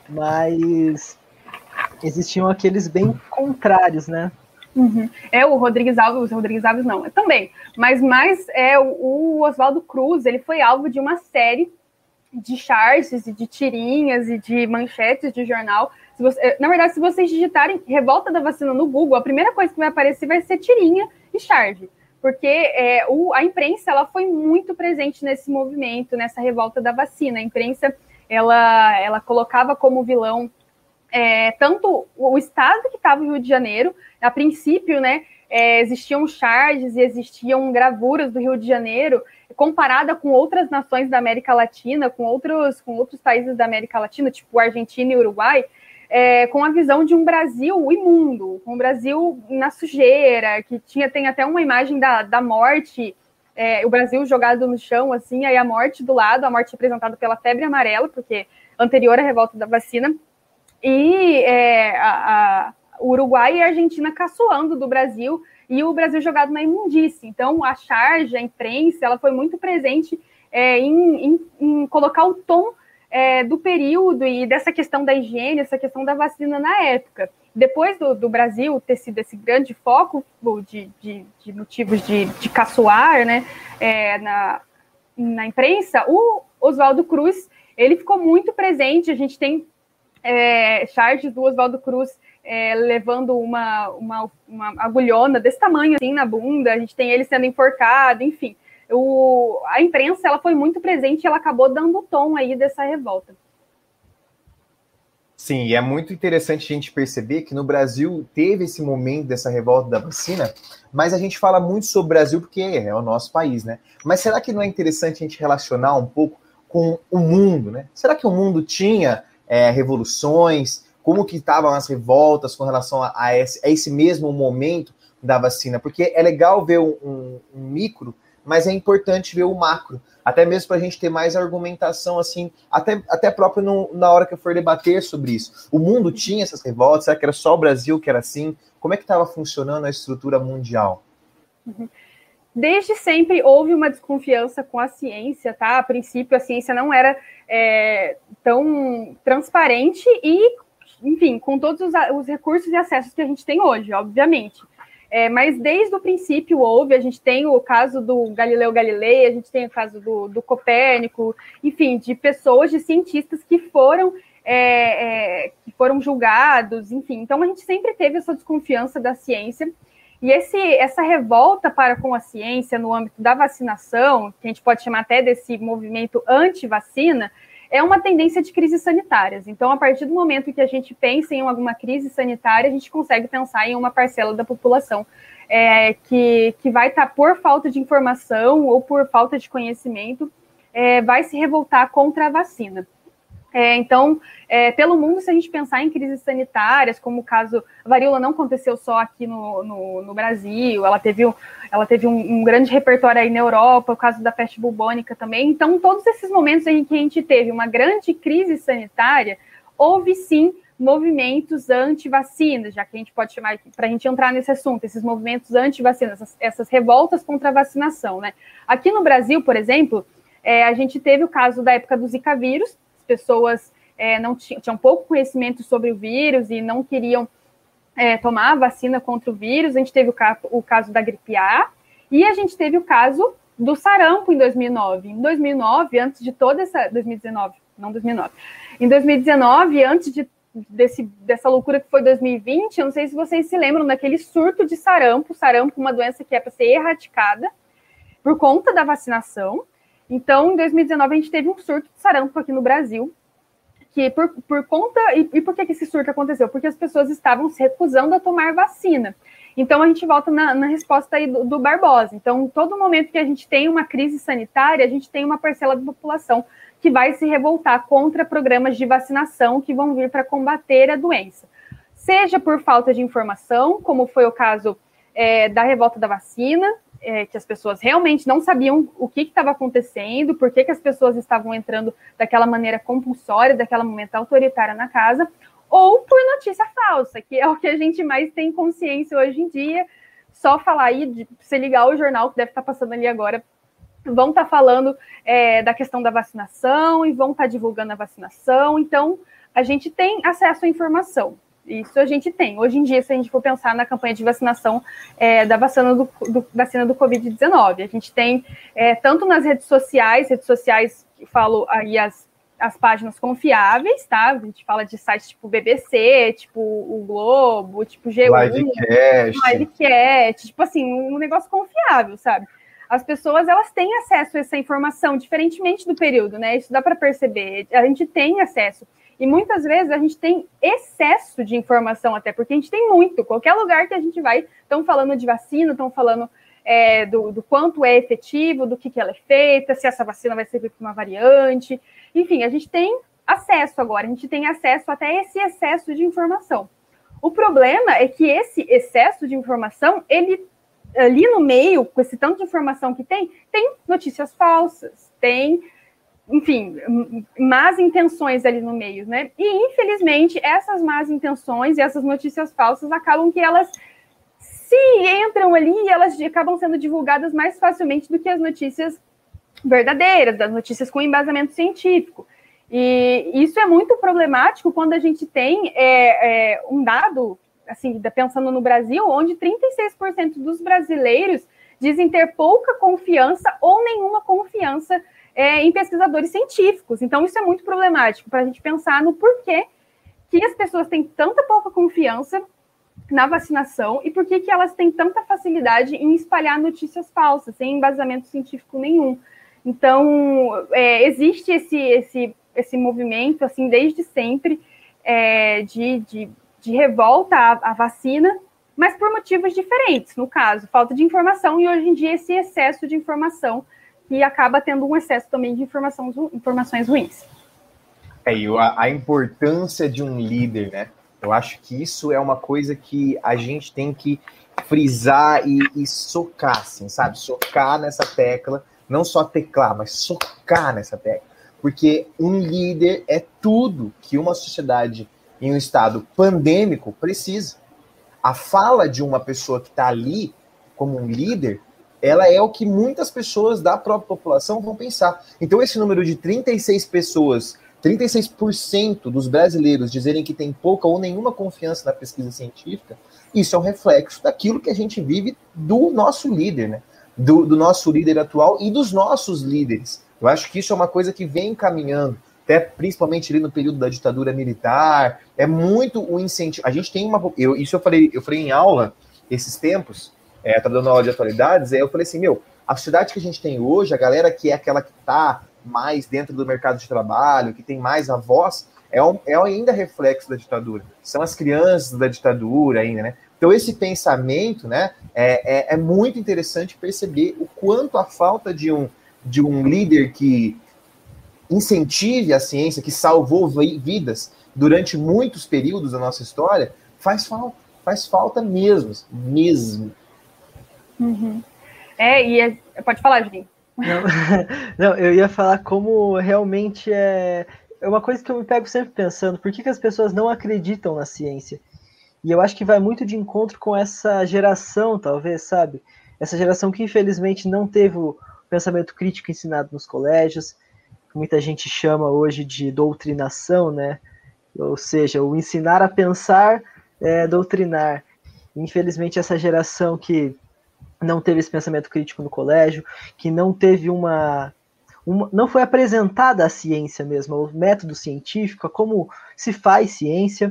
mas existiam aqueles bem contrários, né? Uhum. É o Rodrigues Alves, o Rodrigues Alves não, também, mas mais é o, o Oswaldo Cruz, ele foi alvo de uma série de charges e de tirinhas e de manchetes de jornal. Se você, na verdade, se vocês digitarem revolta da vacina no Google, a primeira coisa que vai aparecer vai ser tirinha e charge, porque é, o, a imprensa ela foi muito presente nesse movimento, nessa revolta da vacina. A imprensa ela, ela colocava como vilão é, tanto o estado que estava no Rio de Janeiro, a princípio, né, é, existiam charges e existiam gravuras do Rio de Janeiro comparada com outras nações da América Latina, com outros, com outros países da América Latina, tipo Argentina e Uruguai, é, com a visão de um Brasil imundo, um Brasil na sujeira, que tinha, tem até uma imagem da, da morte, é, o Brasil jogado no chão, assim, aí a morte do lado, a morte representada pela febre amarela, porque anterior à revolta da vacina, e é, a, a, o Uruguai e a Argentina caçoando do Brasil, e o Brasil jogado na imundície. Então, a charge, a imprensa, ela foi muito presente é, em, em, em colocar o tom é, do período e dessa questão da higiene, essa questão da vacina na época. Depois do, do Brasil ter sido esse grande foco de, de, de motivos de, de caçoar, né, é, na, na imprensa, o Oswaldo Cruz, ele ficou muito presente. A gente tem é, charges do Oswaldo Cruz É, levando uma, uma, uma agulhona desse tamanho assim na bunda, a gente tem ele sendo enforcado, enfim. O, a imprensa ela foi muito presente e ela acabou dando o tom aí dessa revolta. Sim, e é muito interessante a gente perceber que no Brasil teve esse momento dessa revolta da vacina, mas a gente fala muito sobre o Brasil porque é o nosso país, né? Mas será que não é interessante a gente relacionar um pouco com o mundo, né? Será que o mundo tinha é, revoluções? Como que estavam as revoltas com relação a, a, esse, a esse mesmo momento da vacina? Porque é legal ver um, um, um micro, mas é importante ver o macro, até mesmo para a gente ter mais argumentação, assim, até, até próprio no, na hora que eu for debater sobre isso. O mundo tinha essas revoltas? Será que era só o Brasil que era assim? Como é que estava funcionando a estrutura mundial? Desde sempre houve uma desconfiança com a ciência, tá? A princípio, a ciência não era é, tão transparente e enfim, com todos os, os recursos e acessos que a gente tem hoje, obviamente. É, mas desde o princípio houve, a gente tem o caso do Galileu Galilei, a gente tem o caso do, do Copérnico, enfim, de pessoas, de cientistas que foram, é, é, que foram julgados, enfim. Então, a gente sempre teve essa desconfiança da ciência. E esse, essa revolta para com a ciência no âmbito da vacinação, que a gente pode chamar até desse movimento anti-vacina, é uma tendência de crises sanitárias. Então, a partir do momento que a gente pensa em alguma crise sanitária, a gente consegue pensar em uma parcela da população é, que, que vai estar, por falta de informação ou por falta de conhecimento, é, vai se revoltar contra a vacina. É, então, é, pelo mundo, se a gente pensar em crises sanitárias, como o caso, a varíola não aconteceu só aqui no, no, no Brasil, ela teve, ela teve um, um grande repertório aí na Europa, o caso da peste bubônica também. Então, todos esses momentos em que a gente teve uma grande crise sanitária, houve sim movimentos anti-vacinas, já que a gente pode chamar, para a gente entrar nesse assunto, esses movimentos anti-vacinas, essas, essas revoltas contra a vacinação, né? Aqui no Brasil, por exemplo, é, a gente teve o caso da época do Zika vírus, pessoas é, não tinham, tinham pouco conhecimento sobre o vírus e não queriam é, tomar a vacina contra o vírus. A gente teve o, caso, o caso da gripe A e a gente teve o caso do sarampo em dois mil e nove. Em dois mil e nove, antes de toda essa... dois mil e dezenove, não dois mil e nove. Em dois mil e dezenove, antes de, desse, dessa loucura que foi dois mil e vinte, eu não sei se vocês se lembram daquele surto de sarampo, sarampo, uma doença que é para ser erradicada por conta da vacinação. Então, em dois mil e dezenove, a gente teve um surto de sarampo aqui no Brasil, que por, por conta... E, e por que esse surto aconteceu? Porque as pessoas estavam se recusando a tomar vacina. Então, a gente volta na, na resposta aí do, do Barbosa. Então, todo momento que a gente tem uma crise sanitária, a gente tem uma parcela da população que vai se revoltar contra programas de vacinação que vão vir para combater a doença. Seja por falta de informação, como foi o caso é, da revolta da vacina, É, que as pessoas realmente não sabiam o que estava acontecendo, por que, que as pessoas estavam entrando daquela maneira compulsória, daquela maneira autoritária na casa, ou por notícia falsa, que é o que a gente mais tem consciência hoje em dia. Só falar aí, de você ligar o jornal que deve estar passando ali agora, vão estar falando é, da questão da vacinação e vão estar divulgando a vacinação. Então, a gente tem acesso à informação. Isso a gente tem. Hoje em dia, se a gente for pensar na campanha de vacinação é, da vacina do, do, vacina do covid dezenove, a gente tem, é, tanto nas redes sociais, redes sociais, eu falo aí as, as páginas confiáveis, tá? A gente fala de sites tipo B B C, tipo o Globo, tipo G um, Livecast, Livecast, tipo assim, um negócio confiável, sabe? As pessoas, elas têm acesso a essa informação, diferentemente do período, né? Isso dá para perceber. A gente tem acesso. E muitas vezes a gente tem excesso de informação até, porque a gente tem muito. Qualquer lugar que a gente vai, estão falando de vacina, estão falando é, do, do quanto é efetivo, do que, que ela é feita, se essa vacina vai servir para uma variante. Enfim, a gente tem acesso agora, a gente tem acesso até esse excesso de informação. O problema é que esse excesso de informação, ele ali no meio, com esse tanto de informação que tem, tem notícias falsas, tem... enfim, más intenções ali no meio, né? E, infelizmente, essas más intenções e essas notícias falsas acabam que elas se entram ali e elas acabam sendo divulgadas mais facilmente do que as notícias verdadeiras, das notícias com embasamento científico. E isso é muito problemático quando a gente tem é, é, um dado, assim, pensando no Brasil, onde trinta e seis por cento dos brasileiros dizem ter pouca confiança ou nenhuma confiança É, em pesquisadores científicos. Então, isso é muito problemático para a gente pensar no porquê que as pessoas têm tanta pouca confiança na vacinação e por que que elas têm tanta facilidade em espalhar notícias falsas, sem embasamento científico nenhum. Então, é, existe esse, esse, esse movimento, assim, desde sempre, é, de, de, de revolta à, à vacina, mas por motivos diferentes, no caso, falta de informação e, hoje em dia, esse excesso de informação que acaba tendo um excesso também de informação, informações ruins. É, e a, a importância de um líder, né? Eu acho que isso é uma coisa que a gente tem que frisar e, e socar, assim, sabe? Socar nessa tecla, não só teclar, mas socar nessa tecla. Porque um líder é tudo que uma sociedade em um estado pandêmico precisa. A fala de uma pessoa que está ali como um líder, ela é o que muitas pessoas da própria população vão pensar. Então, esse número de trinta e seis pessoas, trinta e seis por cento dos brasileiros dizerem que tem pouca ou nenhuma confiança na pesquisa científica, isso é um reflexo daquilo que a gente vive do nosso líder, né? Do, do nosso líder atual e dos nossos líderes. Eu acho que isso é uma coisa que vem caminhando, até principalmente ali no período da ditadura militar. É muito o incentivo. A gente tem uma... Eu, isso eu falei, eu falei em aula esses tempos, É, tá dando aula de atualidades, aí eu falei assim, meu, a sociedade que a gente tem hoje, a galera que é aquela que tá mais dentro do mercado de trabalho, que tem mais a voz, é, um, é ainda reflexo da ditadura. São as crianças da ditadura ainda, né? Então esse pensamento, né, é, é, é muito interessante perceber o quanto a falta de um, de um líder que incentive a ciência, que salvou vidas durante muitos períodos da nossa história, faz falta, faz falta mesmo, mesmo. Uhum. É, e é... pode falar, Julinho. Não, não, eu ia falar como realmente é, é uma coisa que eu me pego sempre pensando, por que, que as pessoas não acreditam na ciência? E eu acho que vai muito de encontro com essa geração, talvez, sabe? Essa geração que infelizmente não teve o pensamento crítico ensinado nos colégios, que muita gente chama hoje de doutrinação, né? Ou seja, o ensinar a pensar é doutrinar. Infelizmente, essa geração que não teve esse pensamento crítico no colégio, que não teve uma, uma... não foi apresentada a ciência mesmo, o método científico, como se faz ciência,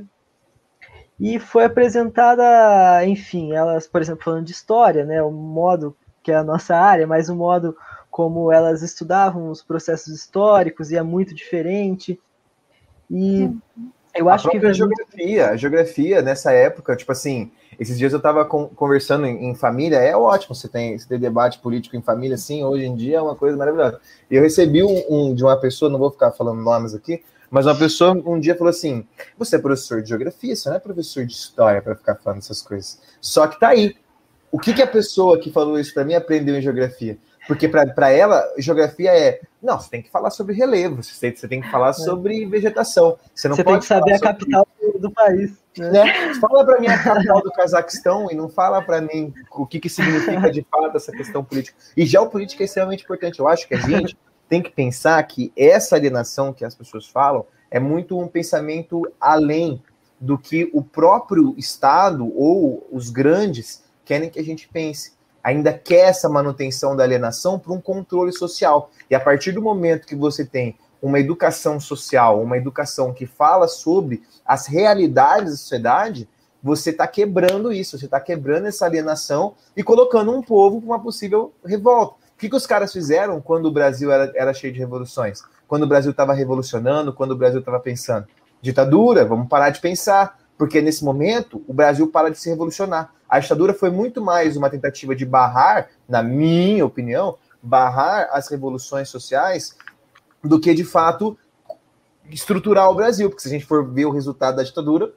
e foi apresentada, enfim, elas, por exemplo, falando de história, né, o modo que é a nossa área, mas o modo como elas estudavam os processos históricos e é muito diferente, e eu acho a que... própria geografia, a geografia nessa época, tipo assim, esses dias eu estava conversando em, em família, é ótimo você tem, você ter debate político em família, sim, hoje em dia é uma coisa maravilhosa. E eu recebi um, um de uma pessoa, não vou ficar falando nomes aqui, mas uma pessoa um dia falou assim, você é professor de geografia, você não é professor de história para ficar falando essas coisas. Só que tá aí. O que, que a pessoa que falou isso para mim aprendeu em geografia? Porque para ela, geografia é... Não, você tem que falar sobre relevo, você tem, você tem que falar sobre vegetação. Você não você pode tem que saber a sobre... capital do, do país. Né? Né? Fala para mim a capital do Cazaquistão e não fala para mim o que, que significa de fato essa questão política. E geopolítica é extremamente importante. Eu acho que a gente tem que pensar que essa alienação que as pessoas falam é muito um pensamento além do que o próprio Estado ou os grandes querem que a gente pense. Ainda quer essa manutenção da alienação para um controle social. E a partir do momento que você tem uma educação social, uma educação que fala sobre as realidades da sociedade, você está quebrando isso, você está quebrando essa alienação e colocando um povo para uma possível revolta. O que, que os caras fizeram quando o Brasil era, era cheio de revoluções? Quando o Brasil estava revolucionando, quando o Brasil estava pensando? Ditadura, vamos parar de pensar. Porque nesse momento, o Brasil para de se revolucionar. A ditadura foi muito mais uma tentativa de barrar, na minha opinião, barrar as revoluções sociais do que, de fato, estruturar o Brasil. Porque se a gente for ver o resultado da ditadura...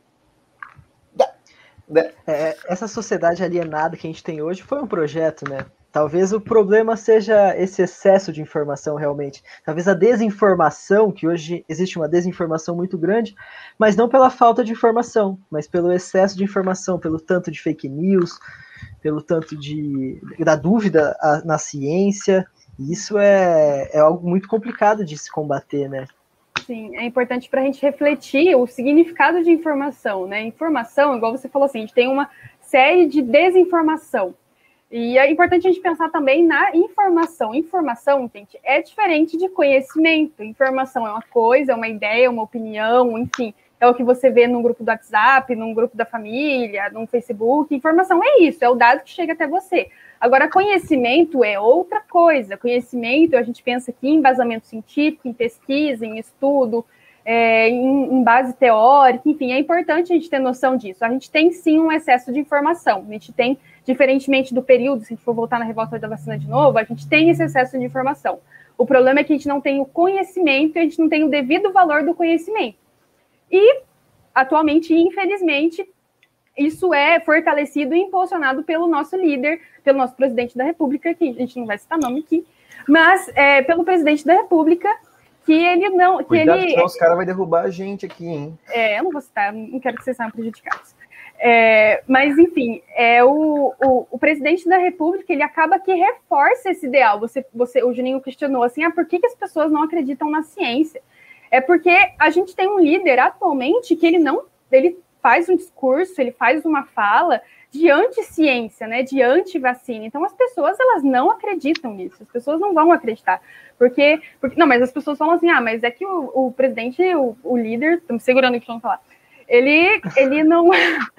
Né? É, essa sociedade alienada que a gente tem hoje foi um projeto, né? Talvez o problema seja esse excesso de informação realmente. Talvez a desinformação, que hoje existe uma desinformação muito grande, mas não pela falta de informação, mas pelo excesso de informação, pelo tanto de fake news, pelo tanto de da dúvida na ciência. Isso é, é algo muito complicado de se combater, né? Sim, é importante para a gente refletir o significado de informação, né? Informação, igual você falou assim, a gente tem uma série de desinformação. E é importante a gente pensar também na informação. Informação, gente, é diferente de conhecimento. Informação é uma coisa, é uma ideia, uma opinião, enfim, é o que você vê num grupo do WhatsApp, num grupo da família, num Facebook. Informação é isso, é o dado que chega até você. Agora, conhecimento é outra coisa. Conhecimento, a gente pensa aqui em embasamento científico, em pesquisa, em estudo, é, em, em base teórica, enfim, é importante a gente ter noção disso. A gente tem, sim, um excesso de informação. A gente tem, diferentemente do período, se a gente for voltar na revolta da vacina de novo, a gente tem esse excesso de informação. O problema é que a gente não tem o conhecimento e a gente não tem o devido valor do conhecimento. E, atualmente, infelizmente, isso é fortalecido e impulsionado pelo nosso líder, pelo nosso presidente da República, que a gente não vai citar nome aqui, mas é, pelo presidente da República, que ele não... Que Cuidado, ele, senão os caras vão derrubar a gente aqui, hein? É, eu não vou citar, não quero que vocês saiam prejudicados. É, mas, enfim, é o, o, o presidente da República, ele acaba que reforça esse ideal. Você, você, o Juninho questionou assim, ah, por que, que as pessoas não acreditam na ciência? É porque a gente tem um líder atualmente que ele não... Ele faz um discurso, ele faz uma fala de anti-ciência, né, de anti-vacina. Então, as pessoas, elas não acreditam nisso. As pessoas não vão acreditar. Porque... porque não, mas as pessoas falam assim, ah, mas é que o, o presidente, o, o líder... Estamos segurando aqui para não falar. Ele, ele, não,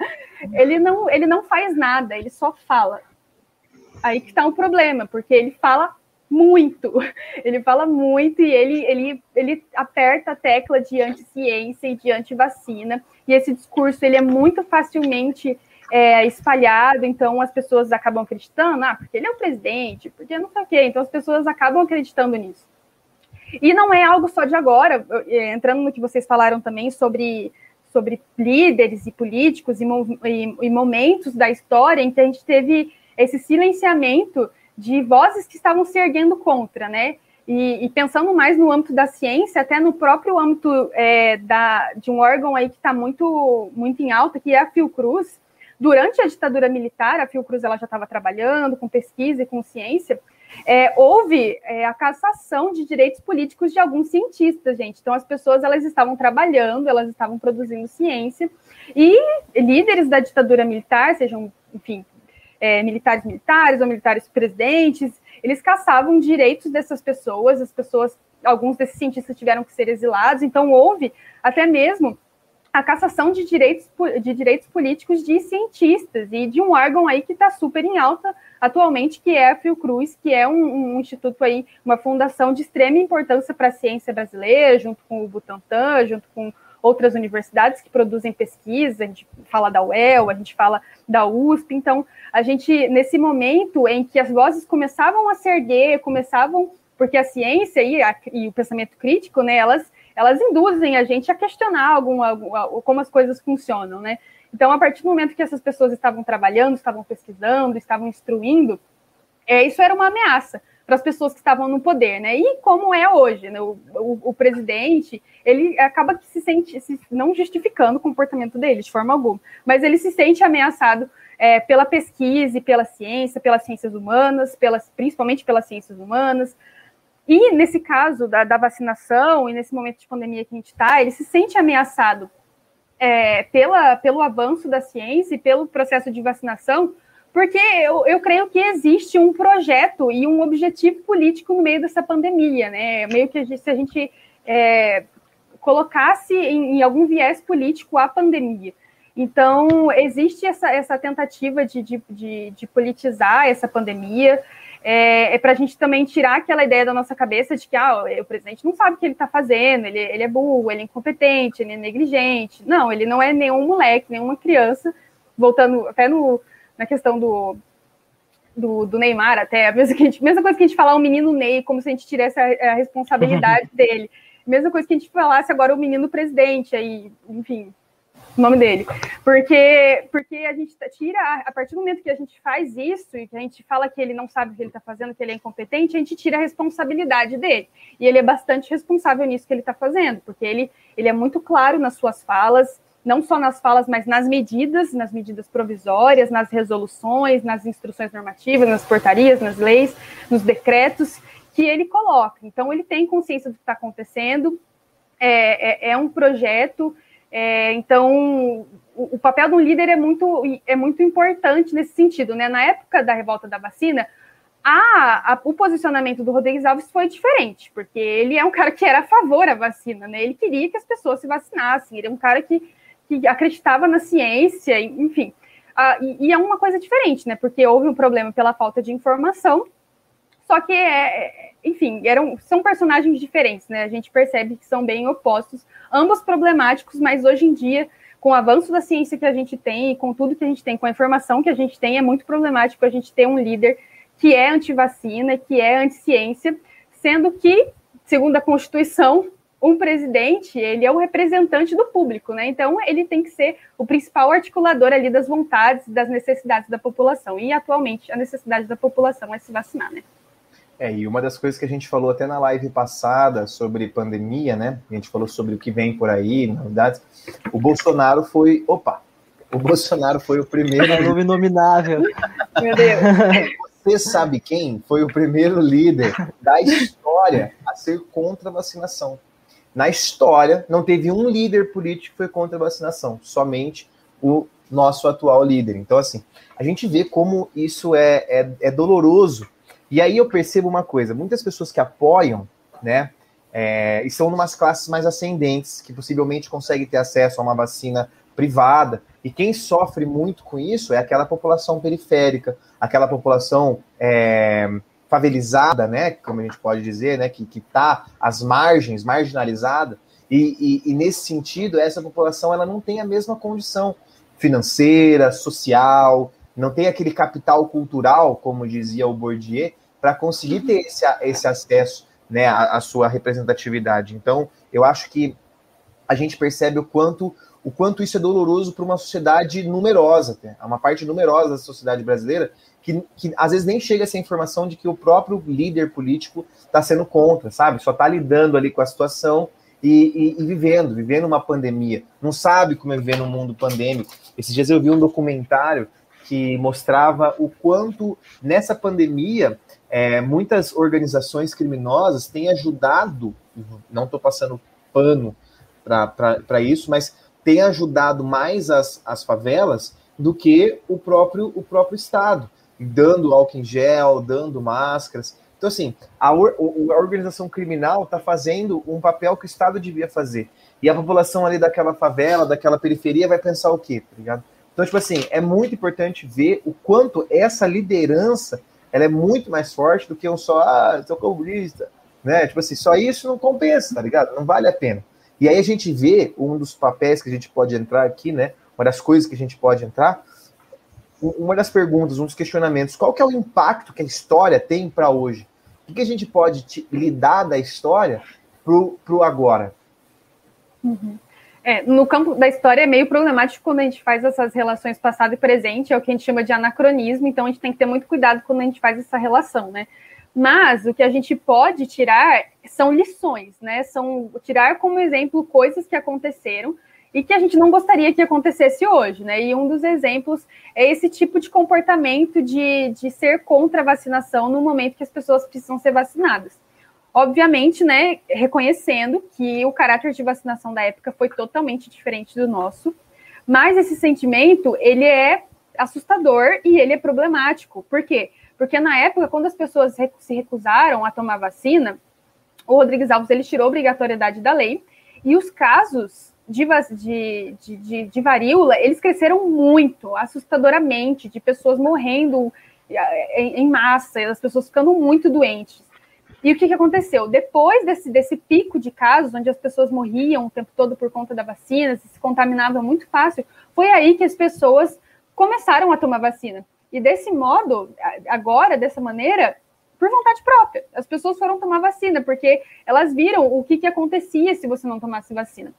ele, não, ele não faz nada, ele só fala. Aí que está o problema, porque ele fala muito. Ele fala muito e ele, ele, ele aperta a tecla de anti-ciência e de anti-vacina. E esse discurso ele é muito facilmente é, espalhado, então as pessoas acabam acreditando, ah, porque ele é o presidente, porque não sei o quê. Então as pessoas acabam acreditando nisso. E não é algo só de agora, entrando no que vocês falaram também sobre, sobre líderes e políticos e, e, e momentos da história em que a gente teve esse silenciamento de vozes que estavam se erguendo contra, né? E, e pensando mais no âmbito da ciência, até no próprio âmbito é, da, de um órgão aí que está muito, muito em alta, que é a Fiocruz. Durante a ditadura militar, a Fiocruz ela já estava trabalhando com pesquisa e com ciência, é, houve é, a cassação de direitos políticos de alguns cientistas, gente. Então, as pessoas elas estavam trabalhando, elas estavam produzindo ciência, e líderes da ditadura militar, sejam, enfim, é, militares militares ou militares presidentes, eles caçavam direitos dessas pessoas, as pessoas, alguns desses cientistas tiveram que ser exilados, então houve até mesmo a cassação de direitos, de direitos políticos de cientistas e de um órgão aí que está super em alta atualmente, que é a Fiocruz, que é um, um instituto aí, uma fundação de extrema importância para a ciência brasileira, junto com o Butantan, junto com outras universidades que produzem pesquisa, a gente fala da U E L, a gente fala da U S P, então a gente, nesse momento em que as vozes começavam a se erguer, começavam, porque a ciência e, a, e o pensamento crítico, né, elas, elas induzem a gente a questionar algum, algum, como as coisas funcionam, né, então a partir do momento que essas pessoas estavam trabalhando, estavam pesquisando, estavam instruindo, é, isso era uma ameaça para as pessoas que estavam no poder, né? E como é hoje, né? o, o, o presidente, ele acaba que se sente, se, não justificando o comportamento dele de forma alguma, mas ele se sente ameaçado é, pela pesquisa e pela ciência, pelas ciências humanas, pelas, principalmente pelas ciências humanas. E nesse caso da, da vacinação e nesse momento de pandemia que a gente está, ele se sente ameaçado é, pela, pelo avanço da ciência e pelo processo de vacinação, porque eu, eu creio que existe um projeto e um objetivo político no meio dessa pandemia, né? Meio que a gente, se a gente é, colocasse em, em algum viés político a pandemia. Então, existe essa, essa tentativa de, de, de, de politizar essa pandemia, é, é para a gente também tirar aquela ideia da nossa cabeça de que ah, o presidente não sabe o que ele está fazendo, ele, ele é burro, ele é incompetente, ele é negligente. Não, ele não é nenhum moleque, nenhuma criança, voltando até no... na questão do, do, do Neymar, até, a mesma, que a gente, mesma coisa que a gente falar o menino Ney, como se a gente tivesse a, a responsabilidade dele. Mesma coisa que a gente falasse agora o menino presidente, aí, enfim, o nome dele. Porque, porque a gente tira, a partir do momento que a gente faz isso, e que a gente fala que ele não sabe o que ele está fazendo, que ele é incompetente, a gente tira a responsabilidade dele. E ele é bastante responsável nisso que ele está fazendo, porque ele, ele é muito claro nas suas falas, não só nas falas, mas nas medidas, nas medidas provisórias, nas resoluções, nas instruções normativas, nas portarias, nas leis, nos decretos que ele coloca. Então, ele tem consciência do que está acontecendo, é, é, é um projeto, é, então, o, o papel de um líder é muito, é muito importante nesse sentido, né? Na época da revolta da vacina, a, a, o posicionamento do Rodrigues Alves foi diferente, porque ele é um cara que era a favor da vacina, né? Ele queria que as pessoas se vacinassem, ele é um cara que que acreditava na ciência, enfim. Ah, e, e é uma coisa diferente, né? Porque houve um problema pela falta de informação, só que, é, enfim, eram, são personagens diferentes, né? A gente percebe que são bem opostos, ambos problemáticos, mas hoje em dia, com o avanço da ciência que a gente tem, e com tudo que a gente tem, com a informação que a gente tem, é muito problemático a gente ter um líder que é anti-vacina, que é anti-ciência, sendo que, segundo a Constituição, um presidente, ele é o representante do público, né? Então, ele tem que ser o principal articulador ali das vontades, das necessidades da população. E, atualmente, a necessidade da população é se vacinar, né? É, e uma das coisas que a gente falou até na live passada sobre pandemia, né? A gente falou sobre o que vem por aí, novidades. O Bolsonaro foi... Opa! O Bolsonaro foi o primeiro... É o nome inominável. Meu Deus. Você sabe quem foi o primeiro líder da história a ser contra a vacinação? Na história, não teve um líder político que foi contra a vacinação, somente o nosso atual líder. Então, assim, a gente vê como isso é, é, é doloroso. E aí eu percebo uma coisa, muitas pessoas que apoiam, né, é, estão em umas classes mais ascendentes, que possivelmente conseguem ter acesso a uma vacina privada, e quem sofre muito com isso é aquela população periférica, aquela população... É, favelizada, né, como a gente pode dizer, né, que está às margens, marginalizada, e, e, e nesse sentido, essa população ela não tem a mesma condição financeira, social, não tem aquele capital cultural, como dizia o Bourdieu, para conseguir ter esse, esse acesso né, a, a sua representatividade. Então, eu acho que a gente percebe o quanto, o quanto isso é doloroso para uma sociedade numerosa, até, uma parte numerosa da sociedade brasileira, que, que às vezes nem chega essa informação de que o próprio líder político está sendo contra, sabe? Só está lidando ali com a situação e, e, e vivendo, vivendo uma pandemia. Não sabe como é viver num mundo pandêmico. Esses dias eu vi um documentário que mostrava o quanto, nessa pandemia, é, muitas organizações criminosas têm ajudado, não estou passando pano para isso, mas têm ajudado mais as, as favelas do que o próprio, o próprio Estado, dando álcool em gel, dando máscaras. Então, assim, a, or, a organização criminal está fazendo um papel que o Estado devia fazer. E a população ali daquela favela, daquela periferia, vai pensar o quê, tá ligado? Então, tipo assim, é muito importante ver o quanto essa liderança, ela é muito mais forte do que um só, ah, sou comunista, né? Tipo assim, só isso não compensa, tá ligado? Não vale a pena. E aí a gente vê um dos papéis que a gente pode entrar aqui, né? Uma das coisas que a gente pode entrar, uma das perguntas, um dos questionamentos, qual que é o impacto que a história tem para hoje? O que, que a gente pode te, lidar da história pro, pro agora? Uhum. É, no campo da história é meio problemático quando a gente faz essas relações passado e presente, é o que a gente chama de anacronismo, então a gente tem que ter muito cuidado quando a gente faz essa relação, né? Mas o que a gente pode tirar são lições, né? São tirar como exemplo coisas que aconteceram e que a gente não gostaria que acontecesse hoje, né? E um dos exemplos é esse tipo de comportamento de, de ser contra a vacinação no momento que as pessoas precisam ser vacinadas. Obviamente, né, reconhecendo que o caráter de vacinação da época foi totalmente diferente do nosso, mas esse sentimento, ele é assustador e ele é problemático. Por quê? Porque na época, quando as pessoas se recusaram a tomar vacina, o Rodrigues Alves, ele tirou a obrigatoriedade da lei, e os casos de, de, de, de varíola, eles cresceram muito, assustadoramente, de pessoas morrendo em, em massa, as pessoas ficando muito doentes. E o que, que aconteceu? Depois desse, desse pico de casos, onde as pessoas morriam o tempo todo por conta da vacina, se contaminavam muito fácil, foi aí que as pessoas começaram a tomar vacina. E desse modo, agora, dessa maneira, por vontade própria, as pessoas foram tomar vacina, porque elas viram o que, que acontecia se você não tomasse vacina.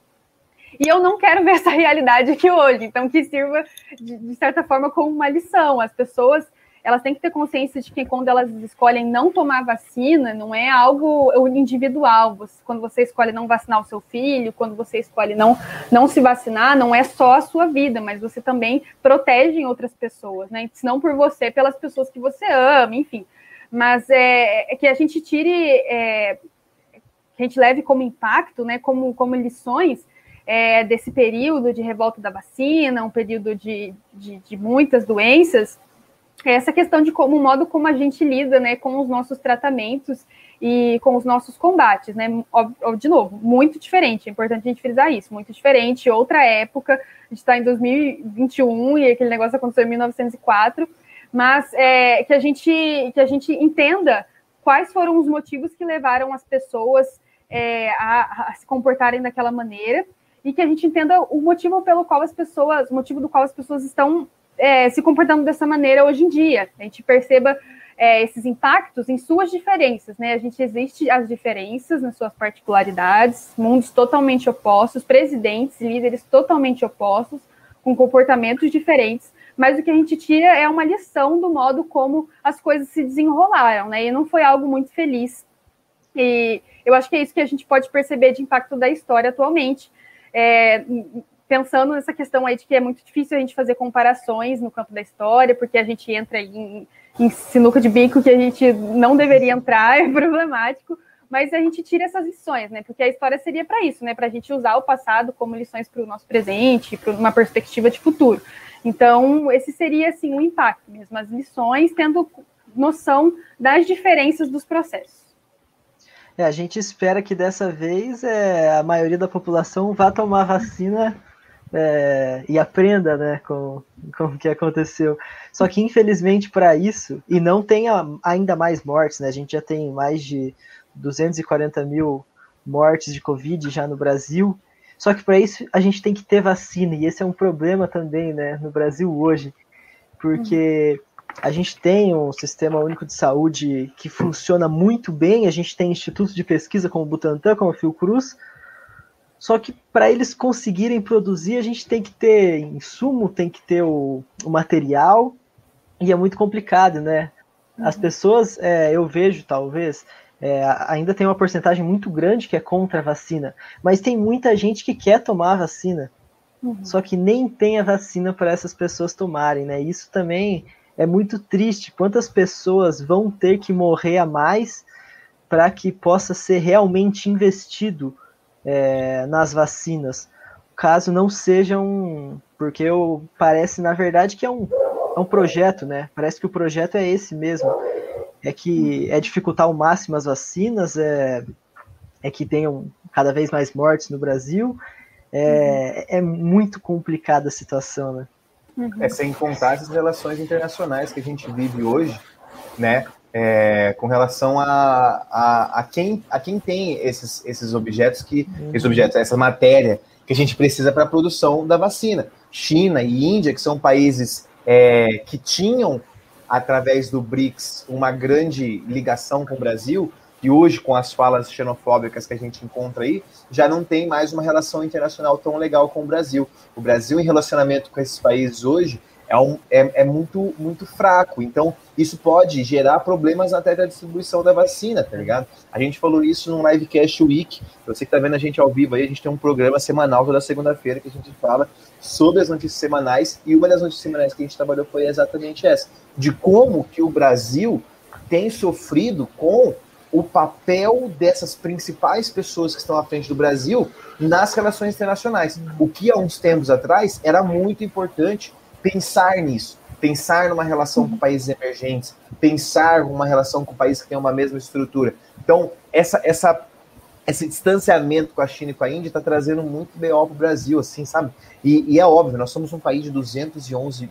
E eu não quero ver essa realidade aqui hoje, então que sirva, de, de certa forma, como uma lição. As pessoas, elas têm que ter consciência de que quando elas escolhem não tomar vacina, não é algo individual. Você, quando você escolhe não vacinar o seu filho, quando você escolhe não, não se vacinar, não é só a sua vida, mas você também protege outras pessoas, né? Se não por você, pelas pessoas que você ama, enfim. Mas é, é que a gente tire, é, que a gente leve como impacto, né, como, como lições, é, desse período de revolta da vacina, um período de, de, de muitas doenças, essa questão de como o modo como a gente lida, né, com os nossos tratamentos e com os nossos combates, né, de novo, muito diferente, é importante a gente frisar isso, muito diferente, outra época, a gente está em dois mil e vinte e um e aquele negócio aconteceu em mil novecentos e quatro, mas é, que, a gente, que a gente entenda quais foram os motivos que levaram as pessoas é, a, a se comportarem daquela maneira e que a gente entenda o motivo pelo qual as pessoas, o motivo do qual as pessoas estão É, se comportando dessa maneira hoje em dia. A gente perceba é, esses impactos em suas diferenças, né? A gente existe as diferenças nas suas particularidades, mundos totalmente opostos, presidentes, líderes totalmente opostos, com comportamentos diferentes, mas o que a gente tira é uma lição do modo como as coisas se desenrolaram, né? E não foi algo muito feliz. E eu acho que é isso que a gente pode perceber de impacto da história atualmente. É, pensando nessa questão aí de que é muito difícil a gente fazer comparações no campo da história, porque a gente entra em, em sinuca de bico que a gente não deveria entrar, é problemático, mas a gente tira essas lições, né? Porque a história seria para isso, né? Para a gente usar o passado como lições para o nosso presente, para uma perspectiva de futuro. Então, esse seria, assim, um impacto mesmo, as lições, tendo noção das diferenças dos processos. É, a gente espera que dessa vez é, a maioria da população vá tomar vacina É, e aprenda, né, com, com o que aconteceu. Só que, infelizmente, para isso, e não tenha ainda mais mortes, né, a gente já tem mais de duzentos e quarenta mil mortes de Covid já no Brasil, só que para isso a gente tem que ter vacina, e esse é um problema também, né, no Brasil hoje, porque a gente tem um sistema único de saúde que funciona muito bem, a gente tem institutos de pesquisa como o Butantan, como a Fiocruz, só que para eles conseguirem produzir, a gente tem que ter insumo, tem que ter o, o material, e é muito complicado, né? As pessoas, é, eu vejo talvez, é, ainda tem uma porcentagem muito grande que é contra a vacina, mas tem muita gente que quer tomar a vacina, uhum. Só que nem tem a vacina para essas pessoas tomarem, né? Isso também é muito triste. Quantas pessoas vão ter que morrer a mais para que possa ser realmente investido é, nas vacinas? Caso não seja um... Porque eu, parece, na verdade, que é um, é um projeto, né? Parece que o projeto é esse mesmo. É que é dificultar ao máximo as vacinas, é, é que tenham cada vez mais mortes no Brasil. É, uhum. É muito complicada a situação, né? Uhum. É, sem contar as relações internacionais que a gente vive hoje, né? É, com relação a, a, a, quem, a quem tem esses, esses objetos, que, uhum. esses objetos, essa matéria que a gente precisa para a produção da vacina. China e Índia, que são países é, que tinham, através do BRICS, uma grande ligação com o Brasil, e hoje, com as falas xenofóbicas que a gente encontra aí, já não tem mais uma relação internacional tão legal com o Brasil. O Brasil, em relacionamento com esses países hoje, é, um, é, é muito, muito fraco. Então, isso pode gerar problemas até da distribuição da vacina, tá ligado? A gente falou isso no Livecast Week. Você que tá vendo a gente ao vivo aí, a gente tem um programa semanal toda segunda-feira que a gente fala sobre as notícias semanais, e uma das notícias semanais que a gente trabalhou foi exatamente essa, de como que o Brasil tem sofrido com o papel dessas principais pessoas que estão à frente do Brasil nas relações internacionais. O que há uns tempos atrás era muito importante pensar nisso, pensar numa relação com países emergentes, pensar numa relação com países que têm uma mesma estrutura. Então, essa, essa, esse distanciamento com a China e com a Índia está trazendo muito B O para o Brasil, assim, sabe? E, e é óbvio, nós somos um país de duzentos e onze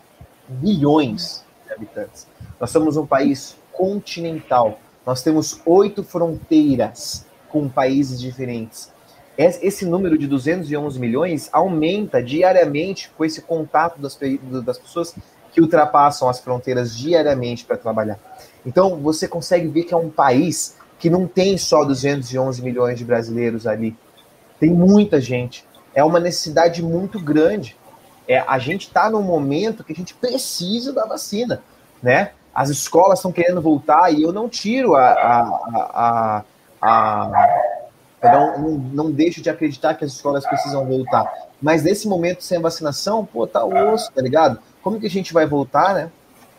milhões de habitantes. Nós somos um país continental. Nós temos oito fronteiras com países diferentes. Esse número de duzentos e onze milhões aumenta diariamente com esse contato das, das pessoas que ultrapassam as fronteiras diariamente para trabalhar. Então, você consegue ver que é um país que não tem só duzentos e onze milhões de brasileiros ali. Tem muita gente. É uma necessidade muito grande. É, a gente está num momento que a gente precisa da vacina, né? As escolas estão querendo voltar e eu não tiro a... a, a, a, a eu não, não, não deixo de acreditar que as escolas precisam voltar. Mas nesse momento, sem vacinação, pô, tá osso, tá ligado? Como que a gente vai voltar, né?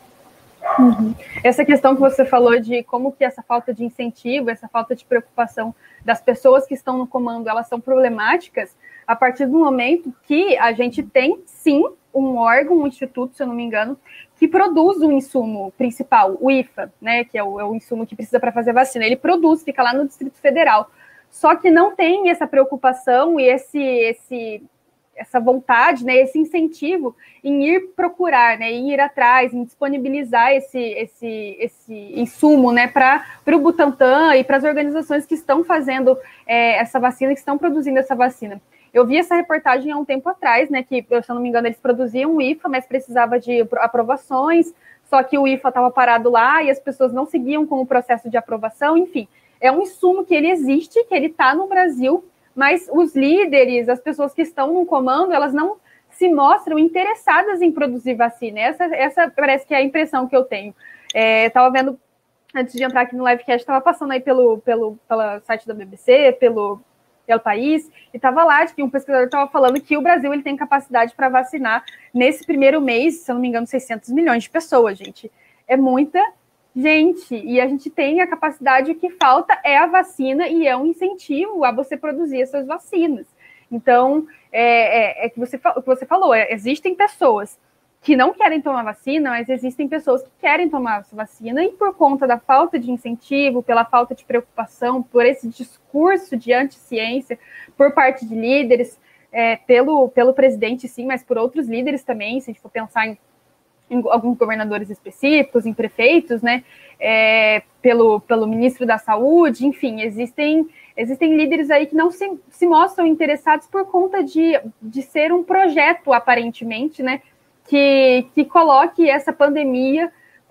Uhum. Essa questão que você falou de como que essa falta de incentivo, essa falta de preocupação das pessoas que estão no comando, elas são problemáticas a partir do momento que a gente tem, sim, um órgão, um instituto, se eu não me engano, que produz o insumo principal, o I F A, né, que é o, é o insumo que precisa para fazer a vacina. Ele produz, fica lá no Distrito Federal. Só que não tem essa preocupação e esse, esse, essa vontade, né, esse incentivo em ir procurar, né, em ir atrás, em disponibilizar esse, esse, esse insumo, né, para o Butantan e para as organizações que estão fazendo é, essa vacina, que estão produzindo essa vacina. Eu vi essa reportagem há um tempo atrás, né, que, se eu não me engano, eles produziam o I F A, mas precisava de aprovações, só que o I F A estava parado lá e as pessoas não seguiam com o processo de aprovação, enfim. É um insumo que ele existe, que ele está no Brasil, mas os líderes, as pessoas que estão no comando, elas não se mostram interessadas em produzir vacina. Essa, essa parece que é a impressão que eu tenho. Estava é, vendo, antes de entrar aqui no livecast, estava passando aí pelo, pelo, pelo site da B B C, pelo, pelo país, e estava lá, que um pesquisador estava falando que o Brasil ele tem capacidade para vacinar nesse primeiro mês, se eu não me engano, seiscentos milhões de pessoas, gente. É muita gente, e a gente tem a capacidade, o que falta é a vacina e é um incentivo a você produzir essas vacinas. Então, é, é, é que, você, que você falou, é, existem pessoas que não querem tomar vacina, mas existem pessoas que querem tomar essa vacina e por conta da falta de incentivo, pela falta de preocupação, por esse discurso de anti-ciência por parte de líderes, é, pelo, pelo presidente, sim, mas por outros líderes também, se a gente for pensar em em alguns governadores específicos, em prefeitos, né, é, pelo, pelo ministro da Saúde, enfim, existem, existem líderes aí que não se, se mostram interessados por conta de, de ser um projeto, aparentemente, né, que, que coloque essa pandemia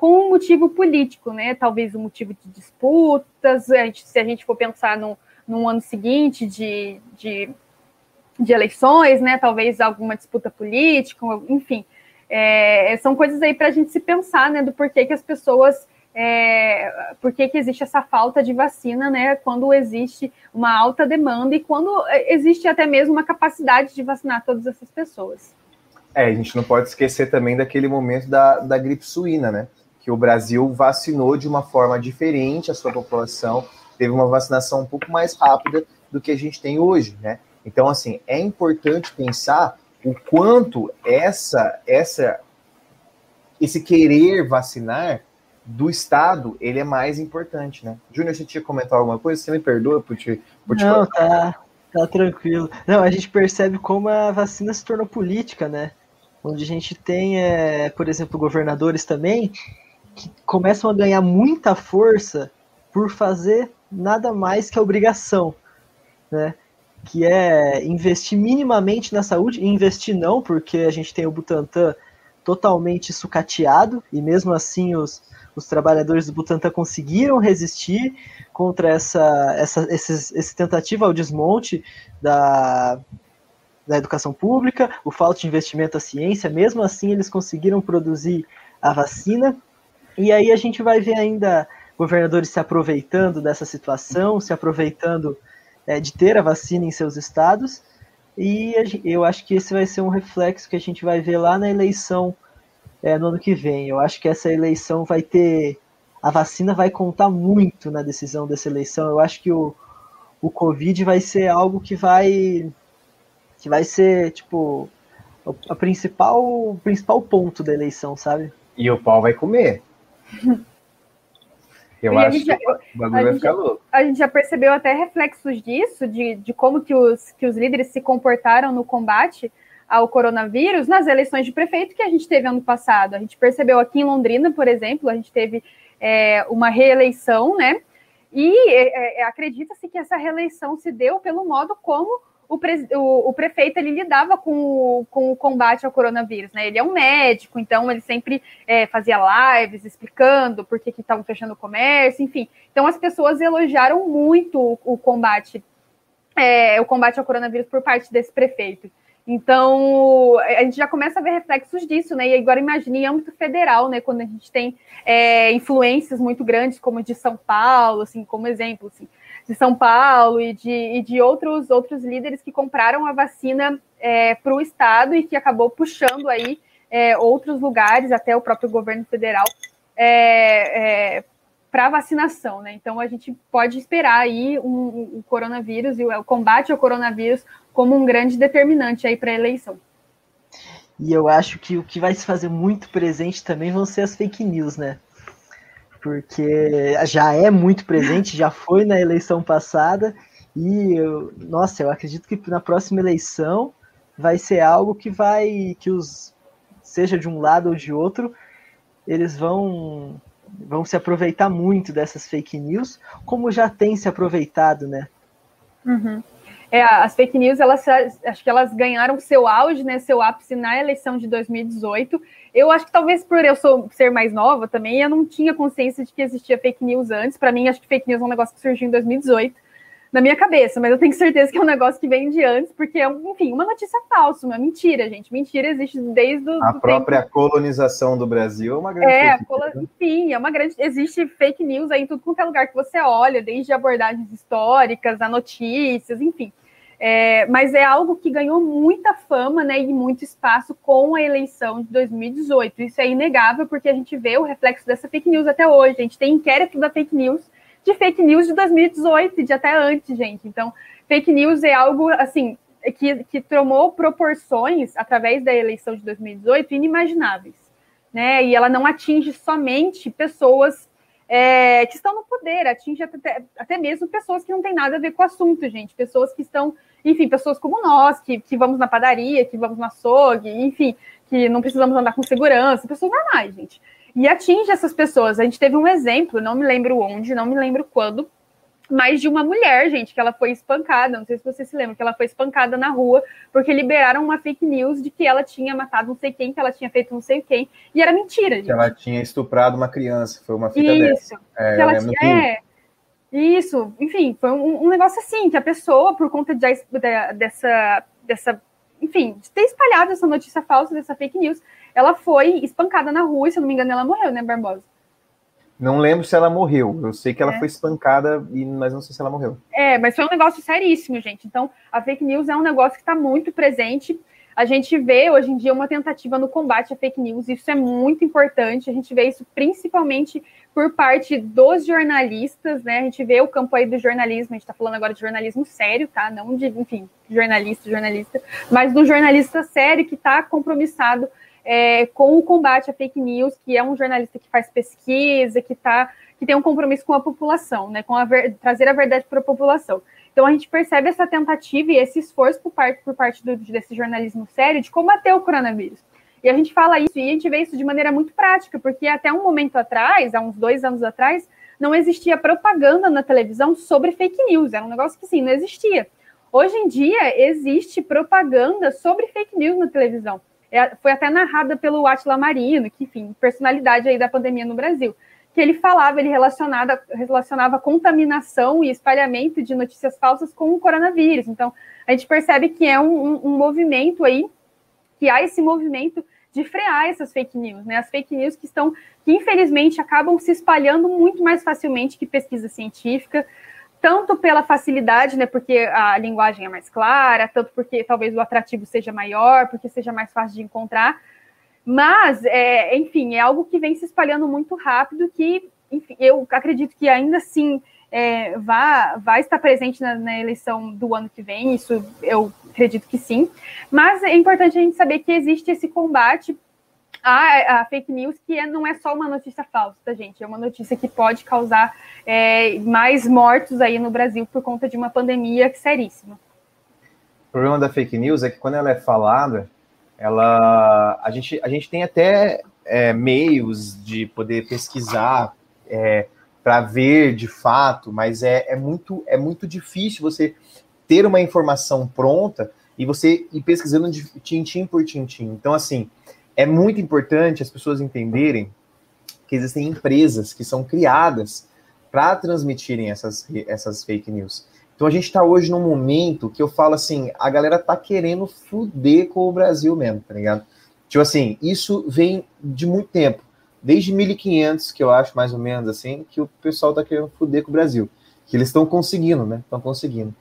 com um motivo político, né? Talvez um motivo de disputas, a gente, se a gente for pensar no, no ano seguinte de, de, de eleições, né? Talvez alguma disputa política, enfim. É, são coisas aí para a gente se pensar, né? Do porquê que as pessoas... É, por que que existe essa falta de vacina, né? Quando existe uma alta demanda e quando existe até mesmo uma capacidade de vacinar todas essas pessoas. É, a gente não pode esquecer também daquele momento da, da gripe suína, né? Que o Brasil vacinou de uma forma diferente a sua população, teve uma vacinação um pouco mais rápida do que a gente tem hoje, né? Então, assim, é importante pensar o quanto essa, essa, esse querer vacinar do Estado, ele é mais importante, né? Júnior, você tinha comentado alguma coisa? Você me perdoa por te, por te Não, tá, tá tranquilo. Não, a gente percebe como a vacina se tornou política, né? Onde a gente tem, é, por exemplo, governadores também, que começam a ganhar muita força por fazer nada mais que a obrigação, né? Que é investir minimamente na saúde, e investir não, porque a gente tem o Butantan totalmente sucateado, e mesmo assim os, os trabalhadores do Butantan conseguiram resistir contra essa, essa esse, esse tentativa ao desmonte da, da educação pública, o falta de investimento à ciência, mesmo assim eles conseguiram produzir a vacina, e aí a gente vai ver ainda governadores se aproveitando dessa situação, se aproveitando é, de ter a vacina em seus estados, e eu acho que esse vai ser um reflexo que a gente vai ver lá na eleição é, no ano que vem. Eu acho que essa eleição vai ter... A vacina vai contar muito na decisão dessa eleição. Eu acho que o, o Covid vai ser algo que vai... que vai ser, tipo, a principal, o principal ponto da eleição, sabe? E o pau vai comer. Eu e acho já, que o bagulho vai ficar louco. A gente já percebeu até reflexos disso, de, de como que os, que os líderes se comportaram no combate ao coronavírus nas eleições de prefeito que a gente teve ano passado. A gente percebeu aqui em Londrina, por exemplo, a gente teve é, uma reeleição, né? E é, é, acredita-se que essa reeleição se deu pelo modo como o, pre, o, o prefeito ele lidava com o, com o combate ao coronavírus, né? Ele é um médico, então ele sempre é, fazia lives explicando por que estavam fechando o comércio, enfim. Então as pessoas elogiaram muito o, o combate, é, o combate ao coronavírus por parte desse prefeito. Então, a gente já começa a ver reflexos disso, né? E agora imagine em âmbito federal, né? Quando a gente tem é, influências muito grandes, como de São Paulo, assim, como exemplo, assim, de São Paulo e de, e de outros, outros líderes que compraram a vacina é, para o Estado e que acabou puxando aí é, outros lugares, até o próprio governo federal, é, é, para vacinação, né? Então, a gente pode esperar aí o um, um coronavírus e o, o combate ao coronavírus como um grande determinante aí para a eleição. E eu acho que o que vai se fazer muito presente também vão ser as fake news, né? Porque já é muito presente, já foi na eleição passada, e, eu, nossa, eu acredito que na próxima eleição vai ser algo que vai, que os, seja de um lado ou de outro, eles vão, vão se aproveitar muito dessas fake news, como já tem se aproveitado, né? Uhum. É, as fake news, elas, acho que elas ganharam seu auge, né, seu ápice na eleição de dois mil e dezoito. Eu acho que talvez por eu sou, ser mais nova também, eu não tinha consciência de que existia fake news antes. Para mim, acho que fake news é um negócio que surgiu em dois mil e dezoito, na minha cabeça, mas eu tenho certeza que é um negócio que vem de antes, porque é, enfim, uma notícia falsa, uma mentira, gente. Mentira existe desde o A do própria tempo... colonização do Brasil é uma grande é, fake colo... news. Enfim, é uma grande... Existe fake news aí em tudo quanto é lugar que você olha, desde abordagens históricas, a notícias, enfim. É, mas é algo que ganhou muita fama, né, e muito espaço com a eleição de dois mil e dezoito. Isso é inegável, porque a gente vê o reflexo dessa fake news até hoje. A gente tem inquérito da fake news, de fake news de dois mil e dezoito e de até antes, gente. Então, fake news é algo, assim, que, que tomou proporções, através da eleição de dois mil e dezoito, inimagináveis, né? E ela não atinge somente pessoas é, que estão no poder, atinge até, até mesmo pessoas que não têm nada a ver com o assunto, gente. Pessoas que estão, enfim, pessoas como nós, que, que vamos na padaria, que vamos no açougue, enfim, que não precisamos andar com segurança, pessoas normais, gente. E atinge essas pessoas. A gente teve um exemplo, não me lembro onde, não me lembro quando, mas de uma mulher, gente, que ela foi espancada, não sei se você se lembra, que ela foi espancada na rua, porque liberaram uma fake news de que ela tinha matado não sei quem, que ela tinha feito não sei quem, e era mentira, gente. Que ela tinha estuprado uma criança, foi uma fita Isso, dessa. É, que ela eu tinha, é, isso, enfim, foi um, um negócio assim, que a pessoa, por conta de, de, dessa, dessa, enfim, de ter espalhado essa notícia falsa, dessa fake news, ela foi espancada na rua, e se eu não me engano ela morreu, né, Barbosa? Não lembro se ela morreu. Eu sei que ela é. foi espancada, mas não sei se ela morreu. É, mas foi um negócio seríssimo, gente. Então, a fake news é um negócio que está muito presente. A gente vê, hoje em dia, uma tentativa no combate à fake news. Isso é muito importante. A gente vê isso principalmente por parte dos jornalistas, né? A gente vê o campo aí do jornalismo. A gente está falando agora de jornalismo sério, tá? Não de, enfim, jornalista, jornalista. Mas do jornalista sério que está compromissado É, com o combate à fake news, que é um jornalista que faz pesquisa, que, tá, que tem um compromisso com a população, né, com a ver, trazer a verdade para a população. Então a gente percebe essa tentativa e esse esforço por parte, por parte do, desse jornalismo sério de combater o coronavírus. E a gente fala isso e a gente vê isso de maneira muito prática, porque até um momento atrás, há uns dois anos atrás, não existia propaganda na televisão sobre fake news, era um negócio que sim, não existia. Hoje em dia existe propaganda sobre fake news na televisão. É, foi até narrada pelo Átila Marino, que, enfim, personalidade aí da pandemia no Brasil, que ele falava, ele relacionava, relacionava contaminação e espalhamento de notícias falsas com o coronavírus. Então, a gente percebe que é um, um, um movimento aí, que há esse movimento de frear essas fake news, né? As fake news que estão, que infelizmente acabam se espalhando muito mais facilmente que pesquisa científica, tanto pela facilidade, né, porque a linguagem é mais clara, tanto porque talvez o atrativo seja maior, porque seja mais fácil de encontrar, mas, é, enfim, é algo que vem se espalhando muito rápido, que, enfim, eu acredito que ainda assim é, vai, vai estar presente na, na eleição do ano que vem, isso eu acredito que sim, mas é importante a gente saber que existe esse combate A, a fake news, que é, não é só uma notícia falsa, tá, gente? É uma notícia que pode causar é, mais mortos aí no Brasil por conta de uma pandemia seríssima. O problema da fake news é que quando ela é falada, ela, a, gente, a gente tem até é, meios de poder pesquisar é, para ver de fato, mas é, é, muito, é muito difícil você ter uma informação pronta e você ir pesquisando de tintim por tintim. Então, assim, é muito importante as pessoas entenderem que existem empresas que são criadas para transmitirem essas, essas fake news. Então a gente está hoje num momento que eu falo assim, a galera tá querendo fuder com o Brasil mesmo, tá ligado? Tipo assim, isso vem de muito tempo, desde mil e quinhentos, que eu acho mais ou menos assim, que o pessoal tá querendo fuder com o Brasil. Que eles estão conseguindo, né? Estão conseguindo.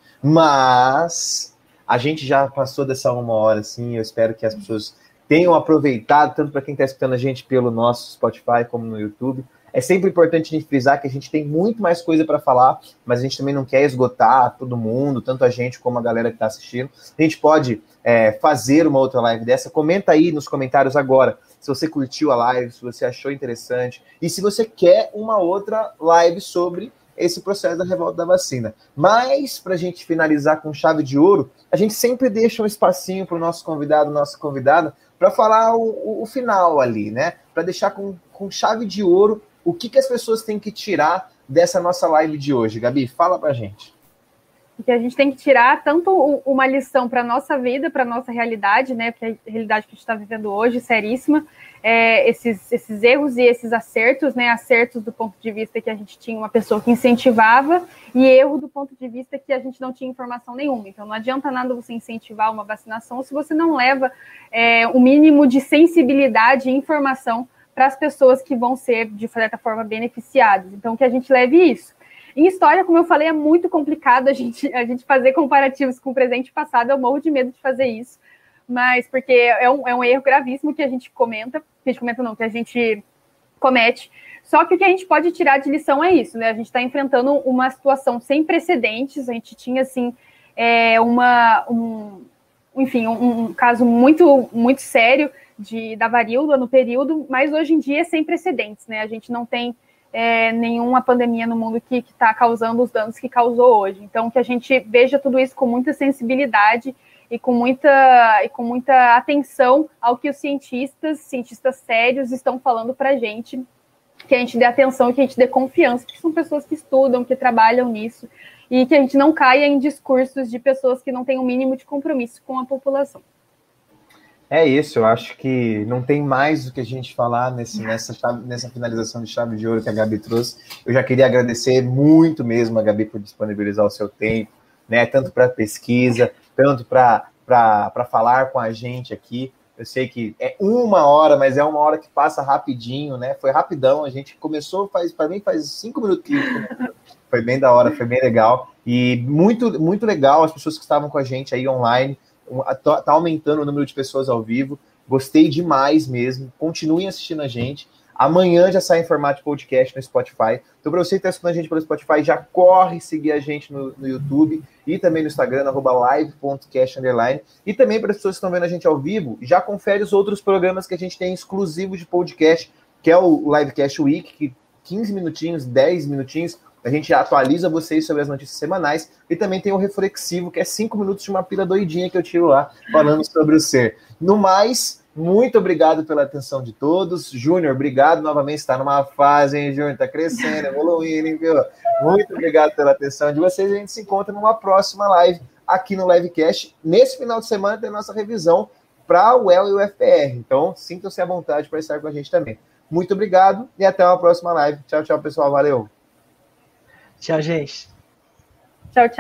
Mas a gente já passou dessa uma hora, assim, eu espero que as pessoas tenham aproveitado, tanto para quem está escutando a gente pelo nosso Spotify como no YouTube. É sempre importante a gente frisar que a gente tem muito mais coisa para falar, mas a gente também não quer esgotar todo mundo, tanto a gente como a galera que está assistindo. A gente pode é, fazer uma outra live dessa. Comenta aí nos comentários agora se você curtiu a live, se você achou interessante e se você quer uma outra live sobre esse processo da revolta da vacina. Mas, para a gente finalizar com chave de ouro, a gente sempre deixa um espacinho para o nosso convidado, nossa convidada, para falar o, o, o final ali, né? Para deixar com, com chave de ouro o que, que as pessoas têm que tirar dessa nossa live de hoje. Gabi, fala para a gente. Que a gente tem que tirar tanto uma lição para a nossa vida, para a nossa realidade, né? Porque a realidade que a gente está vivendo hoje, seríssima, é, esses, esses erros e esses acertos, né? Acertos do ponto de vista que a gente tinha uma pessoa que incentivava e erro do ponto de vista que a gente não tinha informação nenhuma. Então não adianta nada você incentivar uma vacinação se você não leva é, o mínimo de sensibilidade e informação para as pessoas que vão ser, de certa forma, beneficiadas. Então que a gente leve isso. Em história, como eu falei, é muito complicado a gente, a gente fazer comparativos com o presente e passado. Eu morro de medo de fazer isso, mas porque é um, é um erro gravíssimo que a gente comenta, que a gente comenta não, que a gente comete. Só que o que a gente pode tirar de lição é isso, né? A gente está enfrentando uma situação sem precedentes. A gente tinha, assim, é, uma, um, enfim, um, um caso muito, muito sério de, da varíola no período, mas hoje em dia é sem precedentes, né? A gente não tem É, nenhuma pandemia no mundo que está causando os danos que causou hoje. Então, que a gente veja tudo isso com muita sensibilidade e com muita, e com muita atenção ao que os cientistas, cientistas sérios, estão falando para a gente, que a gente dê atenção, que a gente dê confiança, porque são pessoas que estudam, que trabalham nisso, e que a gente não caia em discursos de pessoas que não têm o mínimo de compromisso com a população. É isso, eu acho que não tem mais o que a gente falar nesse, nessa, chave, nessa finalização de chave de ouro que a Gabi trouxe. Eu já queria agradecer muito mesmo a Gabi por disponibilizar o seu tempo, né, tanto para pesquisa, tanto para falar com a gente aqui. Eu sei que é uma hora, mas é uma hora que passa rapidinho, né? Foi rapidão, a gente começou, faz, para mim faz cinco minutos que foi bem da hora, foi bem legal. E muito, muito legal as pessoas que estavam com a gente aí online. Tá aumentando o número de pessoas ao vivo. Gostei demais mesmo. Continuem assistindo a gente. Amanhã já sai em formato de podcast no Spotify. Então, para você que está escutando a gente pelo Spotify, já corre seguir a gente no, no YouTube e também no Instagram, arroba live ponto cast underline. E também para as pessoas que estão vendo a gente ao vivo, já confere os outros programas que a gente tem exclusivos de podcast, que é o Livecast Week, que quinze minutinhos, dez minutinhos, a gente atualiza vocês sobre as notícias semanais, e também tem o Reflexivo, que é cinco minutos de uma pila doidinha que eu tiro lá, falando sobre o ser. No mais, muito obrigado pela atenção de todos. Júnior, obrigado novamente, está numa fase, hein, Júnior? Está crescendo, evoluindo, hein, viu? Muito obrigado pela atenção de vocês. A gente se encontra numa próxima live aqui no Livecast. Nesse final de semana tem a nossa revisão para o U E L e o F P R. Então, sintam-se à vontade para estar com a gente também. Muito obrigado e até uma próxima live. Tchau, tchau, pessoal. Valeu. Tchau, gente. Tchau, tchau.